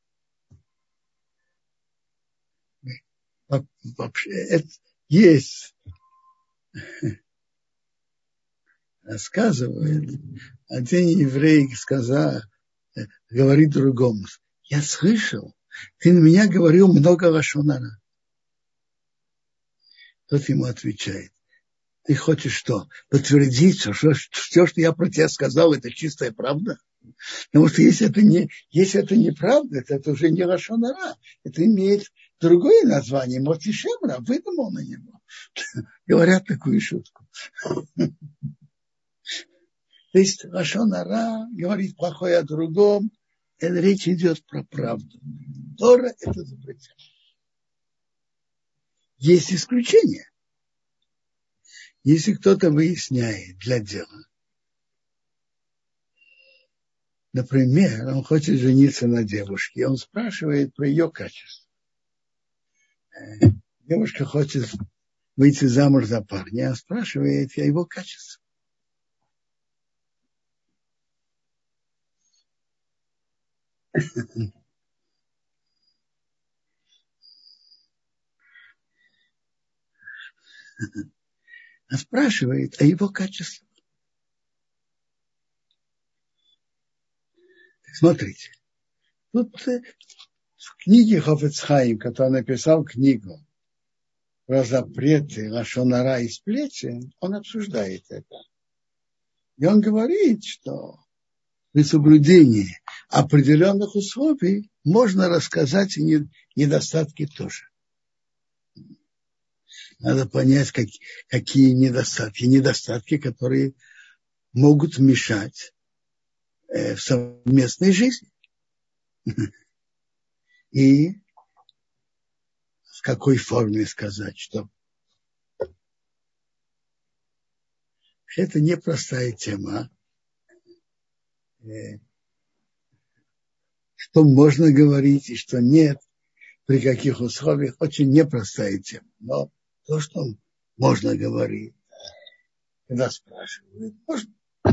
Вообще, это есть, рассказывает, один еврей сказал, говорит другому: я слышал, ты на меня говорил много лашон ара. Тот ему отвечает: ты хочешь что, подтвердить, что все, что я про тебя сказал, это чистая правда? Потому что если это не, если это неправда, то это уже не лашон ара. Это имеет другое название. Моти Шемра выдумал на него. Говорят такую шутку. То есть лашон ара говорит плохое о другом. Это речь идет про правду. Тора это запретила. Есть исключения. Если кто-то выясняет для дела, например, он хочет жениться на девушке, он спрашивает про ее качество. Девушка хочет выйти замуж за парня, а спрашивает о его качестве. А спрашивает о его качестве. Смотрите, тут в книге Хафец Хаим, который написал книгу про запреты лашон ара и сплетен, он обсуждает это. И он говорит, что при соблюдении определенных условий можно рассказать и недостатки тоже. Надо понять, как, какие недостатки. Недостатки, которые могут мешать э, в совместной жизни. И в какой форме сказать, что это непростая тема. Что можно говорить и что нет, при каких условиях, очень непростая тема. Но то, что можно говорить, когда спрашивают, можно.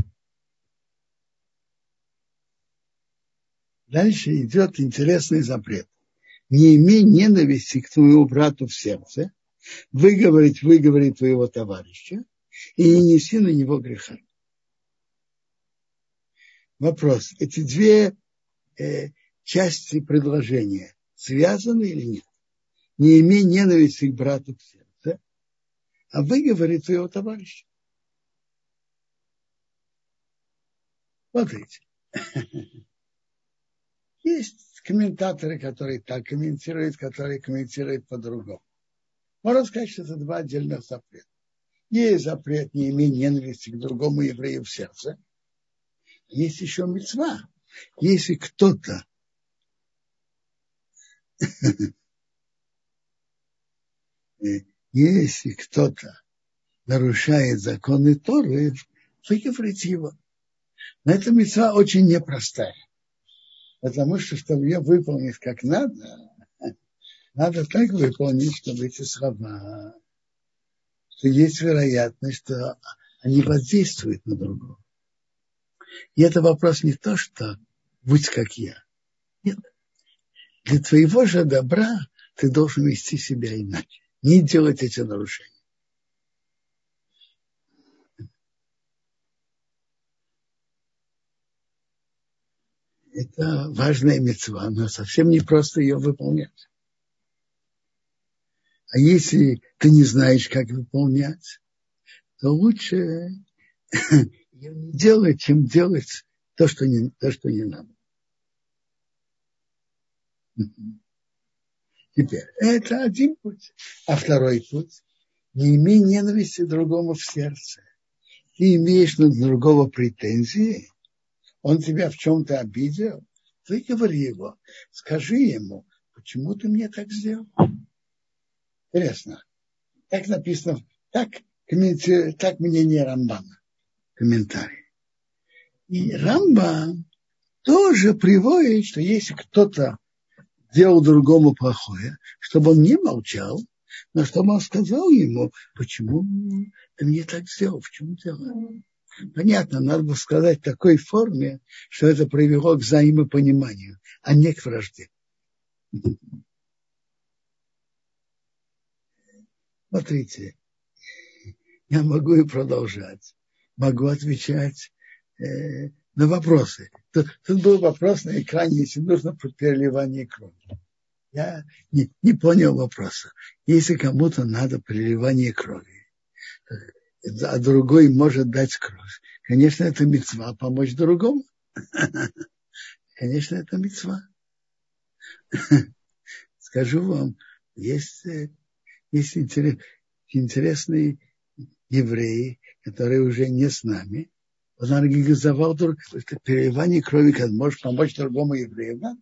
Дальше идет интересный запрет. Не имей ненависти к твоему брату в сердце, выговорить, выговорить твоего товарища и не неси на него греха. Вопрос. Эти две э, части предложения связаны или нет? Не имей ненависти к брату в сердце, а выговори твоего товарища. Смотрите. Есть комментаторы, которые так комментируют, которые комментируют по-другому. Можно сказать, что это два отдельных запрета. Есть запрет не иметь ненависти к другому еврею в сердце. Есть еще мицва. Если кто-то если кто-то нарушает законы Торы, выговорить его. Но эта мицва очень непростая. Потому что, чтобы ее выполнить как надо, надо так выполнить, чтобы эти слова, что есть вероятность, что они воздействуют на другого. И это вопрос не то, что будь как я. Нет. Для твоего же добра ты должен вести себя иначе. Не делать эти нарушения. Это важная мицва, но совсем не просто ее выполнять. А если ты не знаешь, как выполнять, то лучше ее не делать, чем делать то, что не, то, что не надо. Теперь, это один путь. А второй путь – не имей ненависти другому в сердце. Ты имеешь на другого претензии, он тебя в чем-то обидел, выговори его, скажи ему, почему ты мне так сделал. Интересно. Так написано, так, так мнение Рамбана. Комментарий. И Рамбан тоже приводит, что если кто-то делал другому плохое, чтобы он не молчал, но чтобы он сказал ему, почему ты мне так сделал, в чем дело. Понятно, надо бы сказать в такой форме, что это привело к взаимопониманию, а не к вражде. Смотрите, я могу и продолжать, могу отвечать э, на вопросы. Тут, тут был вопрос на экране, если нужно про переливание крови. Я не, не понял вопроса. Если кому-то надо переливание крови, а другой может дать кровь, конечно, это мицва помочь другому. Конечно, это мицва. Скажу вам, есть, есть интерес, интересные евреи, которые уже не с нами. Он организовал переливание крови, как может помочь другому еврею. Да?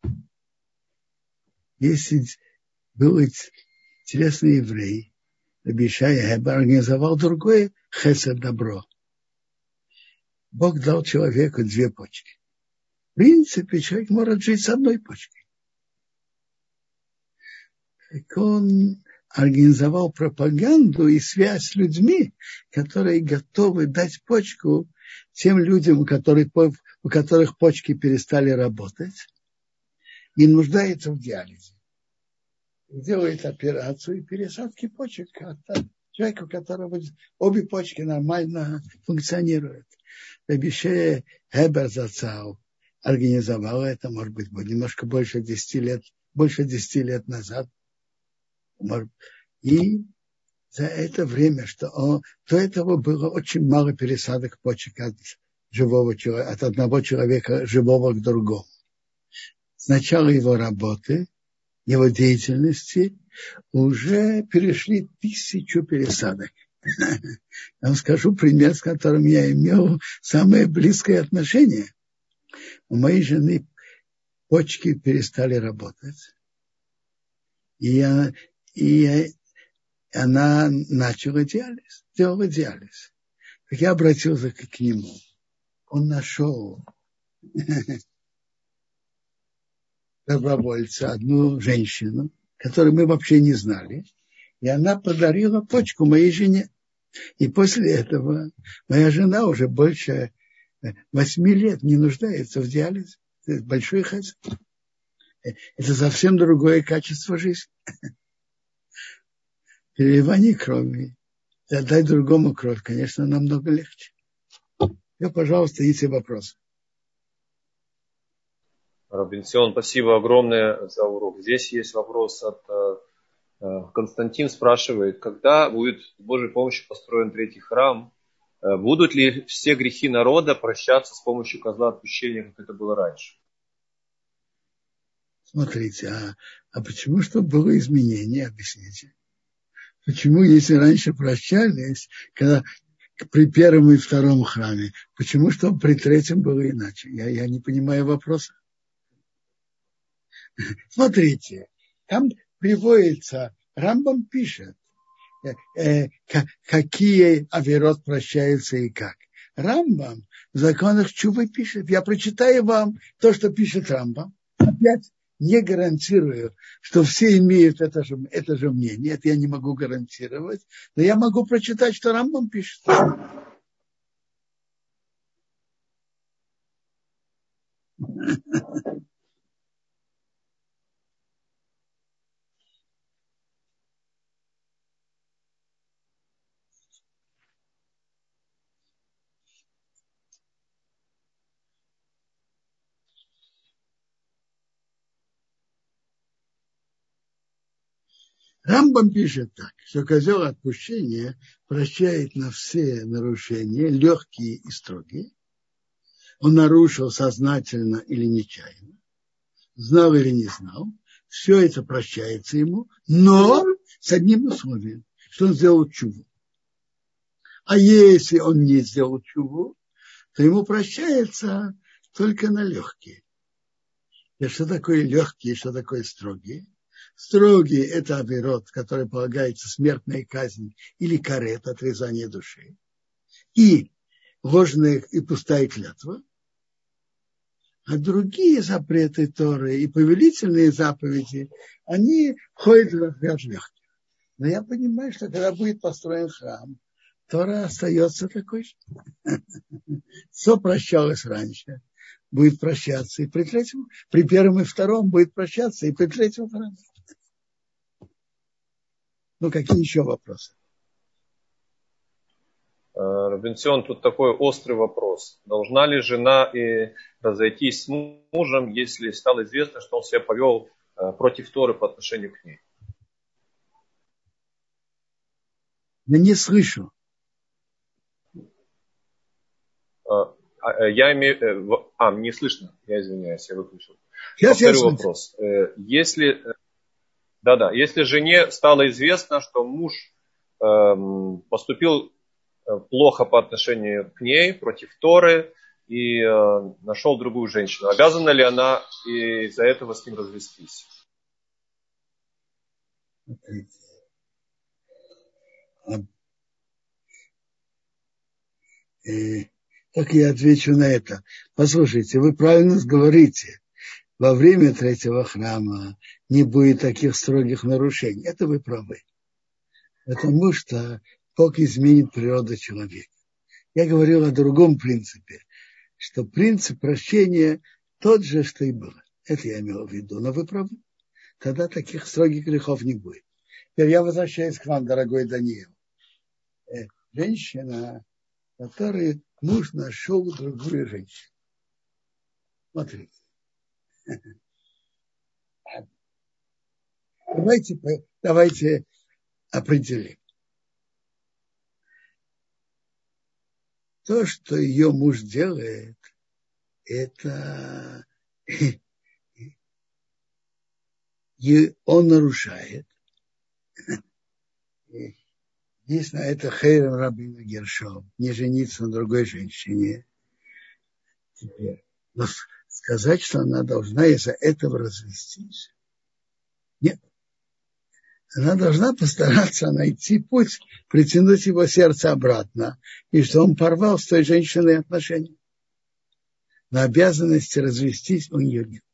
Если был интересный еврей, Раби Ишая Хебер организовал другое хесед добро. Бог дал человеку две почки. В принципе, человек может жить с одной почкой. Так он организовал пропаганду и связь с людьми, которые готовы дать почку тем людям, у которых, у которых почки перестали работать и нуждаются в диализе. Делает операцию пересадки почек человеку, у которого обе почки нормально функционируют. Раби Ишая Хебер Зацал организовал это, может быть, немножко больше десяти лет, больше десяти лет назад. И за это время, что он, до этого было очень мало пересадок почек от живого человека, от одного человека живого к другому. С начала его работы его деятельности уже перешли тысячу пересадок. Я вам скажу пример, с которым я имел самое близкое отношение. У моей жены почки перестали работать. И, я, и она начала диализ, делала диализ. Так я обратился к, к нему. Он нашел добровольца, одну женщину, которую мы вообще не знали. И она подарила почку моей жене. И после этого моя жена уже больше восьми лет не нуждается в диализе. Это большой хасид. Это совсем другое качество жизни. Переливание крови. Отдать другому кровь, конечно, намного легче. И, пожалуйста, если вопросы. Рав Бенцион, спасибо огромное за урок. Здесь есть вопрос от Константин спрашивает, когда будет с Божьей помощью построен третий храм, будут ли все грехи народа прощаться с помощью козла отпущения, как это было раньше? Смотрите, а, а почему, чтобы было изменение, объясните? Почему, если раньше прощались, когда при первом и втором храме, почему, чтобы при третьем было иначе? Я, я не понимаю вопроса. Смотрите, там приводится, Рамбам пишет, э, э, какие авирот прощаются и как. Рамбам в законах Чувы пишет, я прочитаю вам то, что пишет Рамбам. Опять не гарантирую, что все имеют это же, это же мнение, это я не могу гарантировать, но я могу прочитать, что Рамбам пишет. Рамбам пишет так, что козел отпущения прощает на все нарушения, легкие и строгие. Он нарушил сознательно или нечаянно, знал или не знал. Все это прощается ему, но с одним условием, что он сделал чуву. А если он не сделал чуву, то ему прощается только на легкие. И что такое легкие, что такое строгие? Строгие – это авирот, который полагается смертная казнь или карет, отрезание души. И ложная и пустая клятва. А другие запреты Торы и повелительные заповеди, они входят в разряд легких. Но я понимаю, что когда будет построен храм, Тора остается такой же. Все прощалось раньше, будет прощаться и при третьем, при первом и втором будет прощаться и при третьем храме. Ну, какие еще вопросы? Рав Бенцион, тут такой острый вопрос. Должна ли жена и разойтись с мужем, если стало известно, что он себя повел против Торы по отношению к ней? Я не слышу. Я имею... А, не слышно. Я извиняюсь, я выключил. Сейчас Повторю я вопрос. Если... Да-да, если жене стало известно, что муж поступил плохо по отношению к ней, против Торы, и нашел другую женщину, обязана ли она из-за этого с ним развестись? Как я отвечу на это? Послушайте, вы правильно говорите. Во время третьего храма не будет таких строгих нарушений. Это вы правы. Потому что Бог изменит природу человека. Я говорил о другом принципе, что принцип прощения тот же, что и было. Это я имел в виду. Но вы правы. Тогда таких строгих грехов не будет. Теперь я возвращаюсь к вам, дорогой Даниил. Женщина, которой муж нашел другую женщину. Смотрите. Давайте, давайте определим. То, что ее муж делает, это и он нарушает. Есть на это Хейрам Рабина Гершом, не жениться на другой женщине. Теперь. Но сказать, что она должна из-за этого развестись, нет. Она должна постараться найти путь, притянуть его сердце обратно, и что он порвал с той женщиной отношения. Но обязанности развестись у нее нет.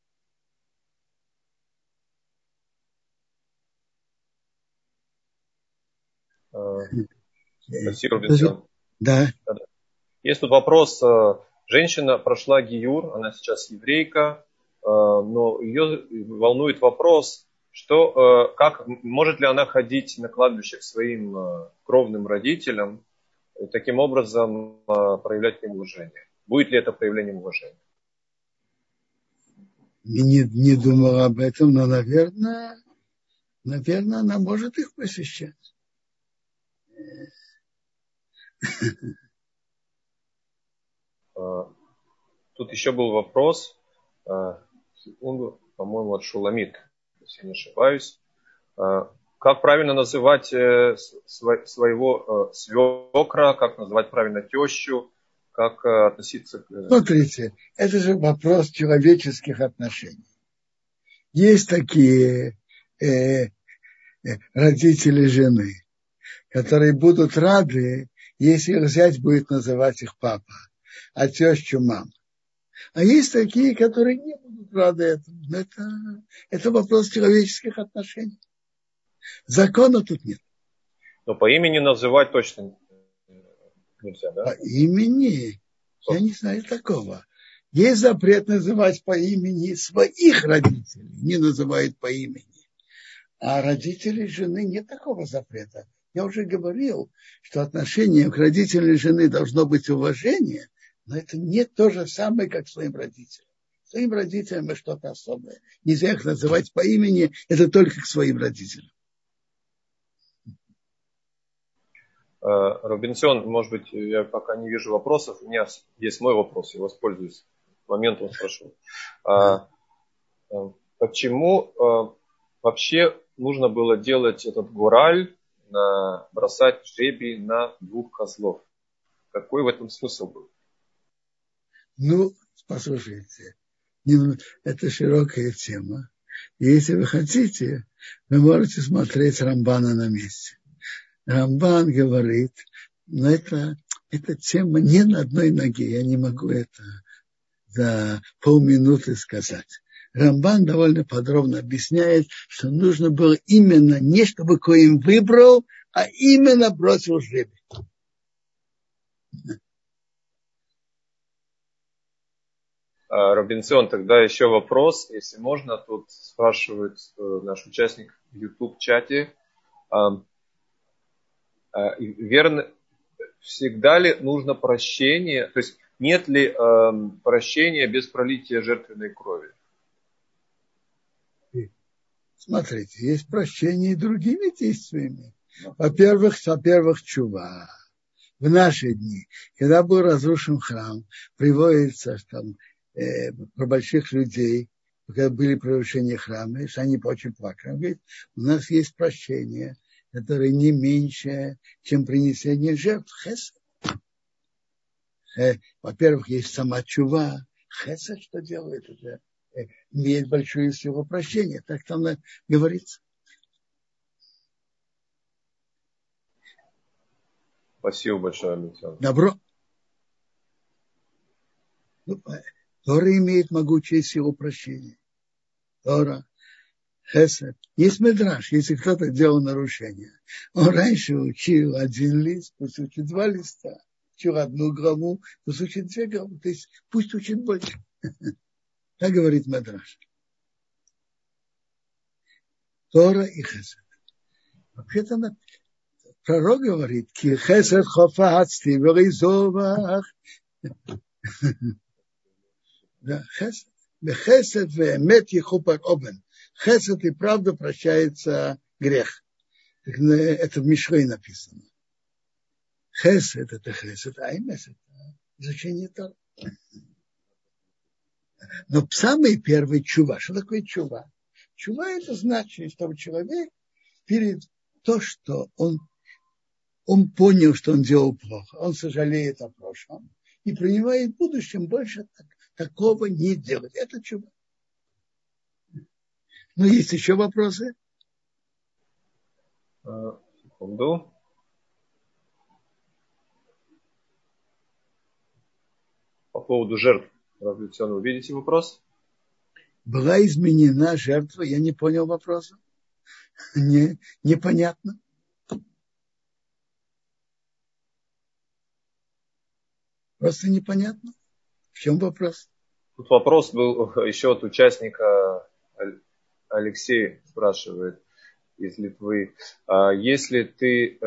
Спасибо, Бенсион. Да. Есть тут вопрос. Женщина прошла гиюр, она сейчас еврейка, но ее волнует вопрос, что, как, может ли она ходить на кладбище к своим кровным родителям и таким образом проявлять к ним уважение? Будет ли это проявлением уважения? Не, не думал об этом, но, наверное, наверное, она может их посещать. Тут еще был вопрос, секунду, по-моему, от Шуламит, если я не ошибаюсь. Как правильно называть своего свекра, как называть правильно тещу, как относиться к... Смотрите, это же вопрос человеческих отношений. Есть такие э, родители жены, которые будут рады, если их зять будет называть их папа, а тещу мама. А есть такие, которые не будут рады этому. Это, это вопрос человеческих отношений. Закона тут нет. Но по имени называть точно нельзя, да? По имени? Я не знаю такого. Есть запрет называть по имени своих родителей. Не называют по имени. А родителей жены нет такого запрета. Я уже говорил, что отношение к родителям жены должно быть уважение, но это не то же самое, как своим родителям. Своим родителям это что-то особое. Нельзя их называть по имени, это только к своим родителям. Робинсон, может быть, я пока не вижу вопросов. У меня есть мой вопрос, я воспользуюсь моментом, спрошу. Почему вообще нужно было делать этот гураль, бросать жребий на двух козлов? Какой в этом смысл был? Ну, послушайте, это широкая тема. И если вы хотите, вы можете смотреть Рамбана на месте. Рамбан говорит, но это, эта тема не на одной ноге, я не могу это за полминуты сказать. Рамбан довольно подробно объясняет, что нужно было именно не чтобы коим выбрал, а именно бросил жребий. Робинсон, тогда еще вопрос, если можно, тут спрашивает наш участник в YouTube-чате. Верно, всегда ли нужно прощение, то есть нет ли э, прощения без пролития жертвенной крови? Смотрите, есть прощение и другими действиями. Во-первых, во-первых, чува. В наши дни, когда был разрушен храм, приводится там, э, про больших людей, когда были превращения храма, что они очень плакали. Он говорит, у нас есть прощение, которое не меньше, чем принесение жертв. Хесед. Э, во-первых, есть сама чува. Хесед что делает? Это э, имеет большую силу прощения. Так там говорится. Спасибо большое, Александр. Добро. Ну, Тора имеет могучую силу прощения. Тора. Хесед. Есть медраж, если кто-то делал нарушение. Он раньше учил один лист, пусть учит два листа. Учил одну главу, пусть учит две главы. То есть пусть учит больше. Так говорит медраж. Тора и хесед. Вообще-то пророк говорит, ки хесед хофацти вегизовах. Да, хесед. Хесед вемет ехупар обен. Хесед и правда прощается грех. Это в Мишле написано. Хесед это хесед, а имес это изучение Торы. Но самый первый чува. Что такое чува? Чува это значит, чтобы человек перед то, что он, он понял, что он делал плохо, он сожалеет о прошлом и принимает в будущем больше так, такого не делать. Это чува. Но есть еще вопросы? Секунду. По поводу жертв революционного. Вы видите вопрос? Была изменена жертва, я не понял вопроса. Не, непонятно. Просто непонятно. В чем вопрос? Тут вопрос был еще от участника. Алексей спрашивает из Литвы. Если ты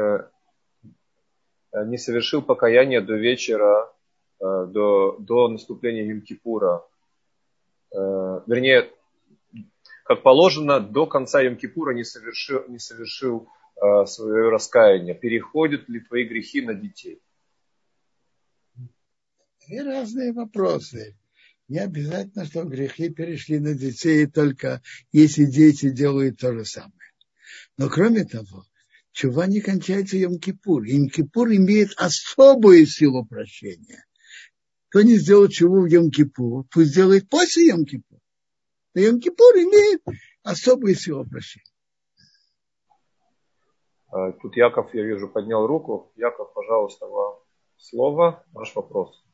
не совершил покаяние до вечера, до, до наступления Йом-Кипура, вернее, как положено, до конца Йом-Кипура не совершил, не совершил э, свое раскаяние. Переходят ли твои грехи на детей? Две разные вопросы. Не обязательно, что грехи перешли на детей, только если дети делают то же самое. Но кроме того, чува не кончается Йом-Кипур. Йом-Кипур имеет особую силу прощения. Кто не сделал чуву в Йом-Кипур, пусть сделает после Йом-Кипур. Но Йом-Кипур имеет особую силу прощения. Тут Яков, я вижу, поднял руку. Яков, пожалуйста, вам слово. Ваш вопрос.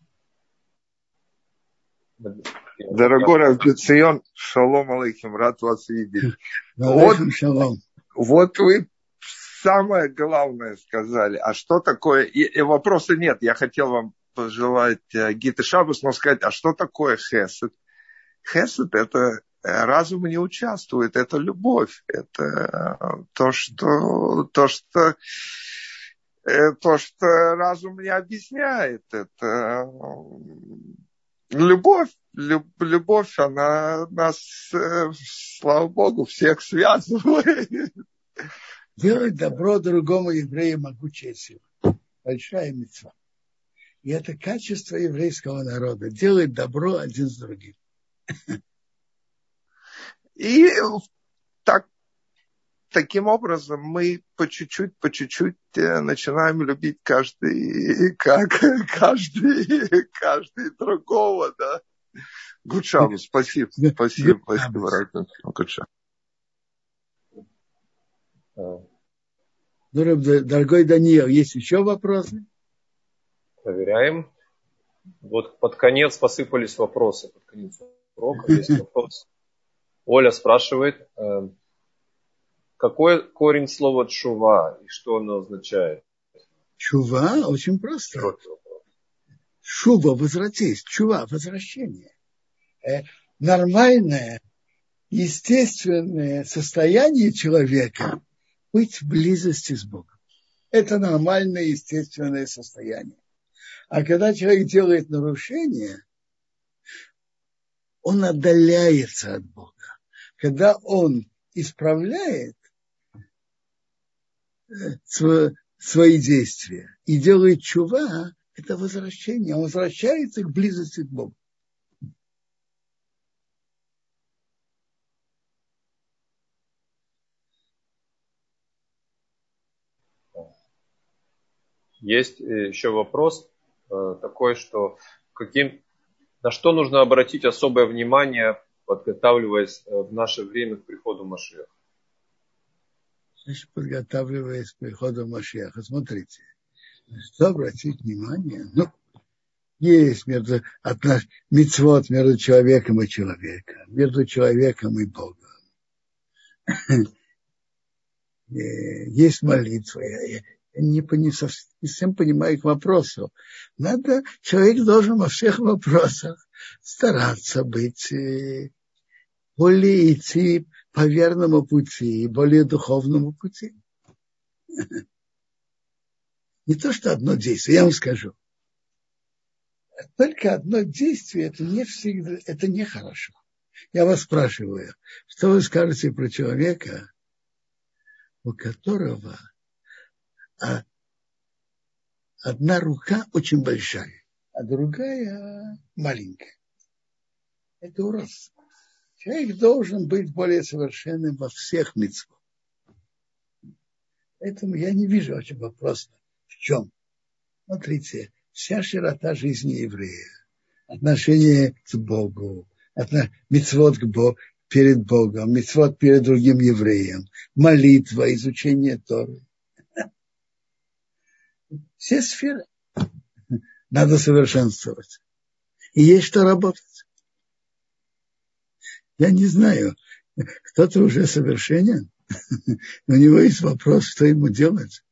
Дорогой Рав Цион, шалом алейхим, рад вас видеть. Вот, шалом. Вот вы самое главное сказали. А что такое? И, и вопроса нет. Я хотел вам пожелать Гит и Шаббос, но сказать, а что такое хесед? Хесед – это разум не участвует, это любовь. Это то, что, то, что, то, что разум не объясняет. Это любовь. Любовь, она нас, слава Богу, всех связывает. Делать добро другому еврею могучая сила. Большая мицва. И это качество еврейского народа. Делать добро один с другим. И так, таким образом мы по чуть-чуть, по чуть-чуть начинаем любить каждый, как, каждый, каждый другого, да. Гудшаву, спасибо, спасибо, спасибо, Гудшаву. Дорогой Даниил, есть еще вопросы? Проверяем. Вот под конец посыпались вопросы. Под конец урока есть вопрос. Оля спрашивает, какой корень слова тшува и что оно означает? Чува очень просто. Шува, возвратись. Чува, возвращение. Нормальное, естественное состояние человека быть в близости с Богом. Это нормальное, естественное состояние. А когда человек делает нарушение, он отдаляется от Бога. Когда он исправляет свои действия и делает чува, это возвращение. Он возвращается к близости к Богу. Есть еще вопрос такой, что каким, на что нужно обратить особое внимание, подготавливаясь в наше время к приходу Машиаха? Значит, подготавливаясь к приходу Машиаха. Смотрите, что обратить внимание? Ну, есть между, отнош, мицвот между человеком и человеком, между человеком и Богом. Есть молитва. Я не, не совсем понимаю к вопросу. Надо, человек должен во всех вопросах стараться быть, более идти по верному пути, более духовному пути. Не то, что одно действие, я вам скажу. Только одно действие, это не всегда, это нехорошо. Я вас спрашиваю, что вы скажете про человека, у которого а, одна рука очень большая, а другая маленькая. Это уродство. Человек должен быть более совершенным во всех мицвот. Поэтому я не вижу вообще вопроса в чем. Смотрите, вся широта жизни еврея, отношение к Богу, мицвот к Богу, перед Богом, мицвот перед другим евреем, молитва, изучение Торы. Все сферы надо совершенствовать. И есть что работать. Я не знаю, кто-то уже совершенен. У него есть вопрос, что ему делать.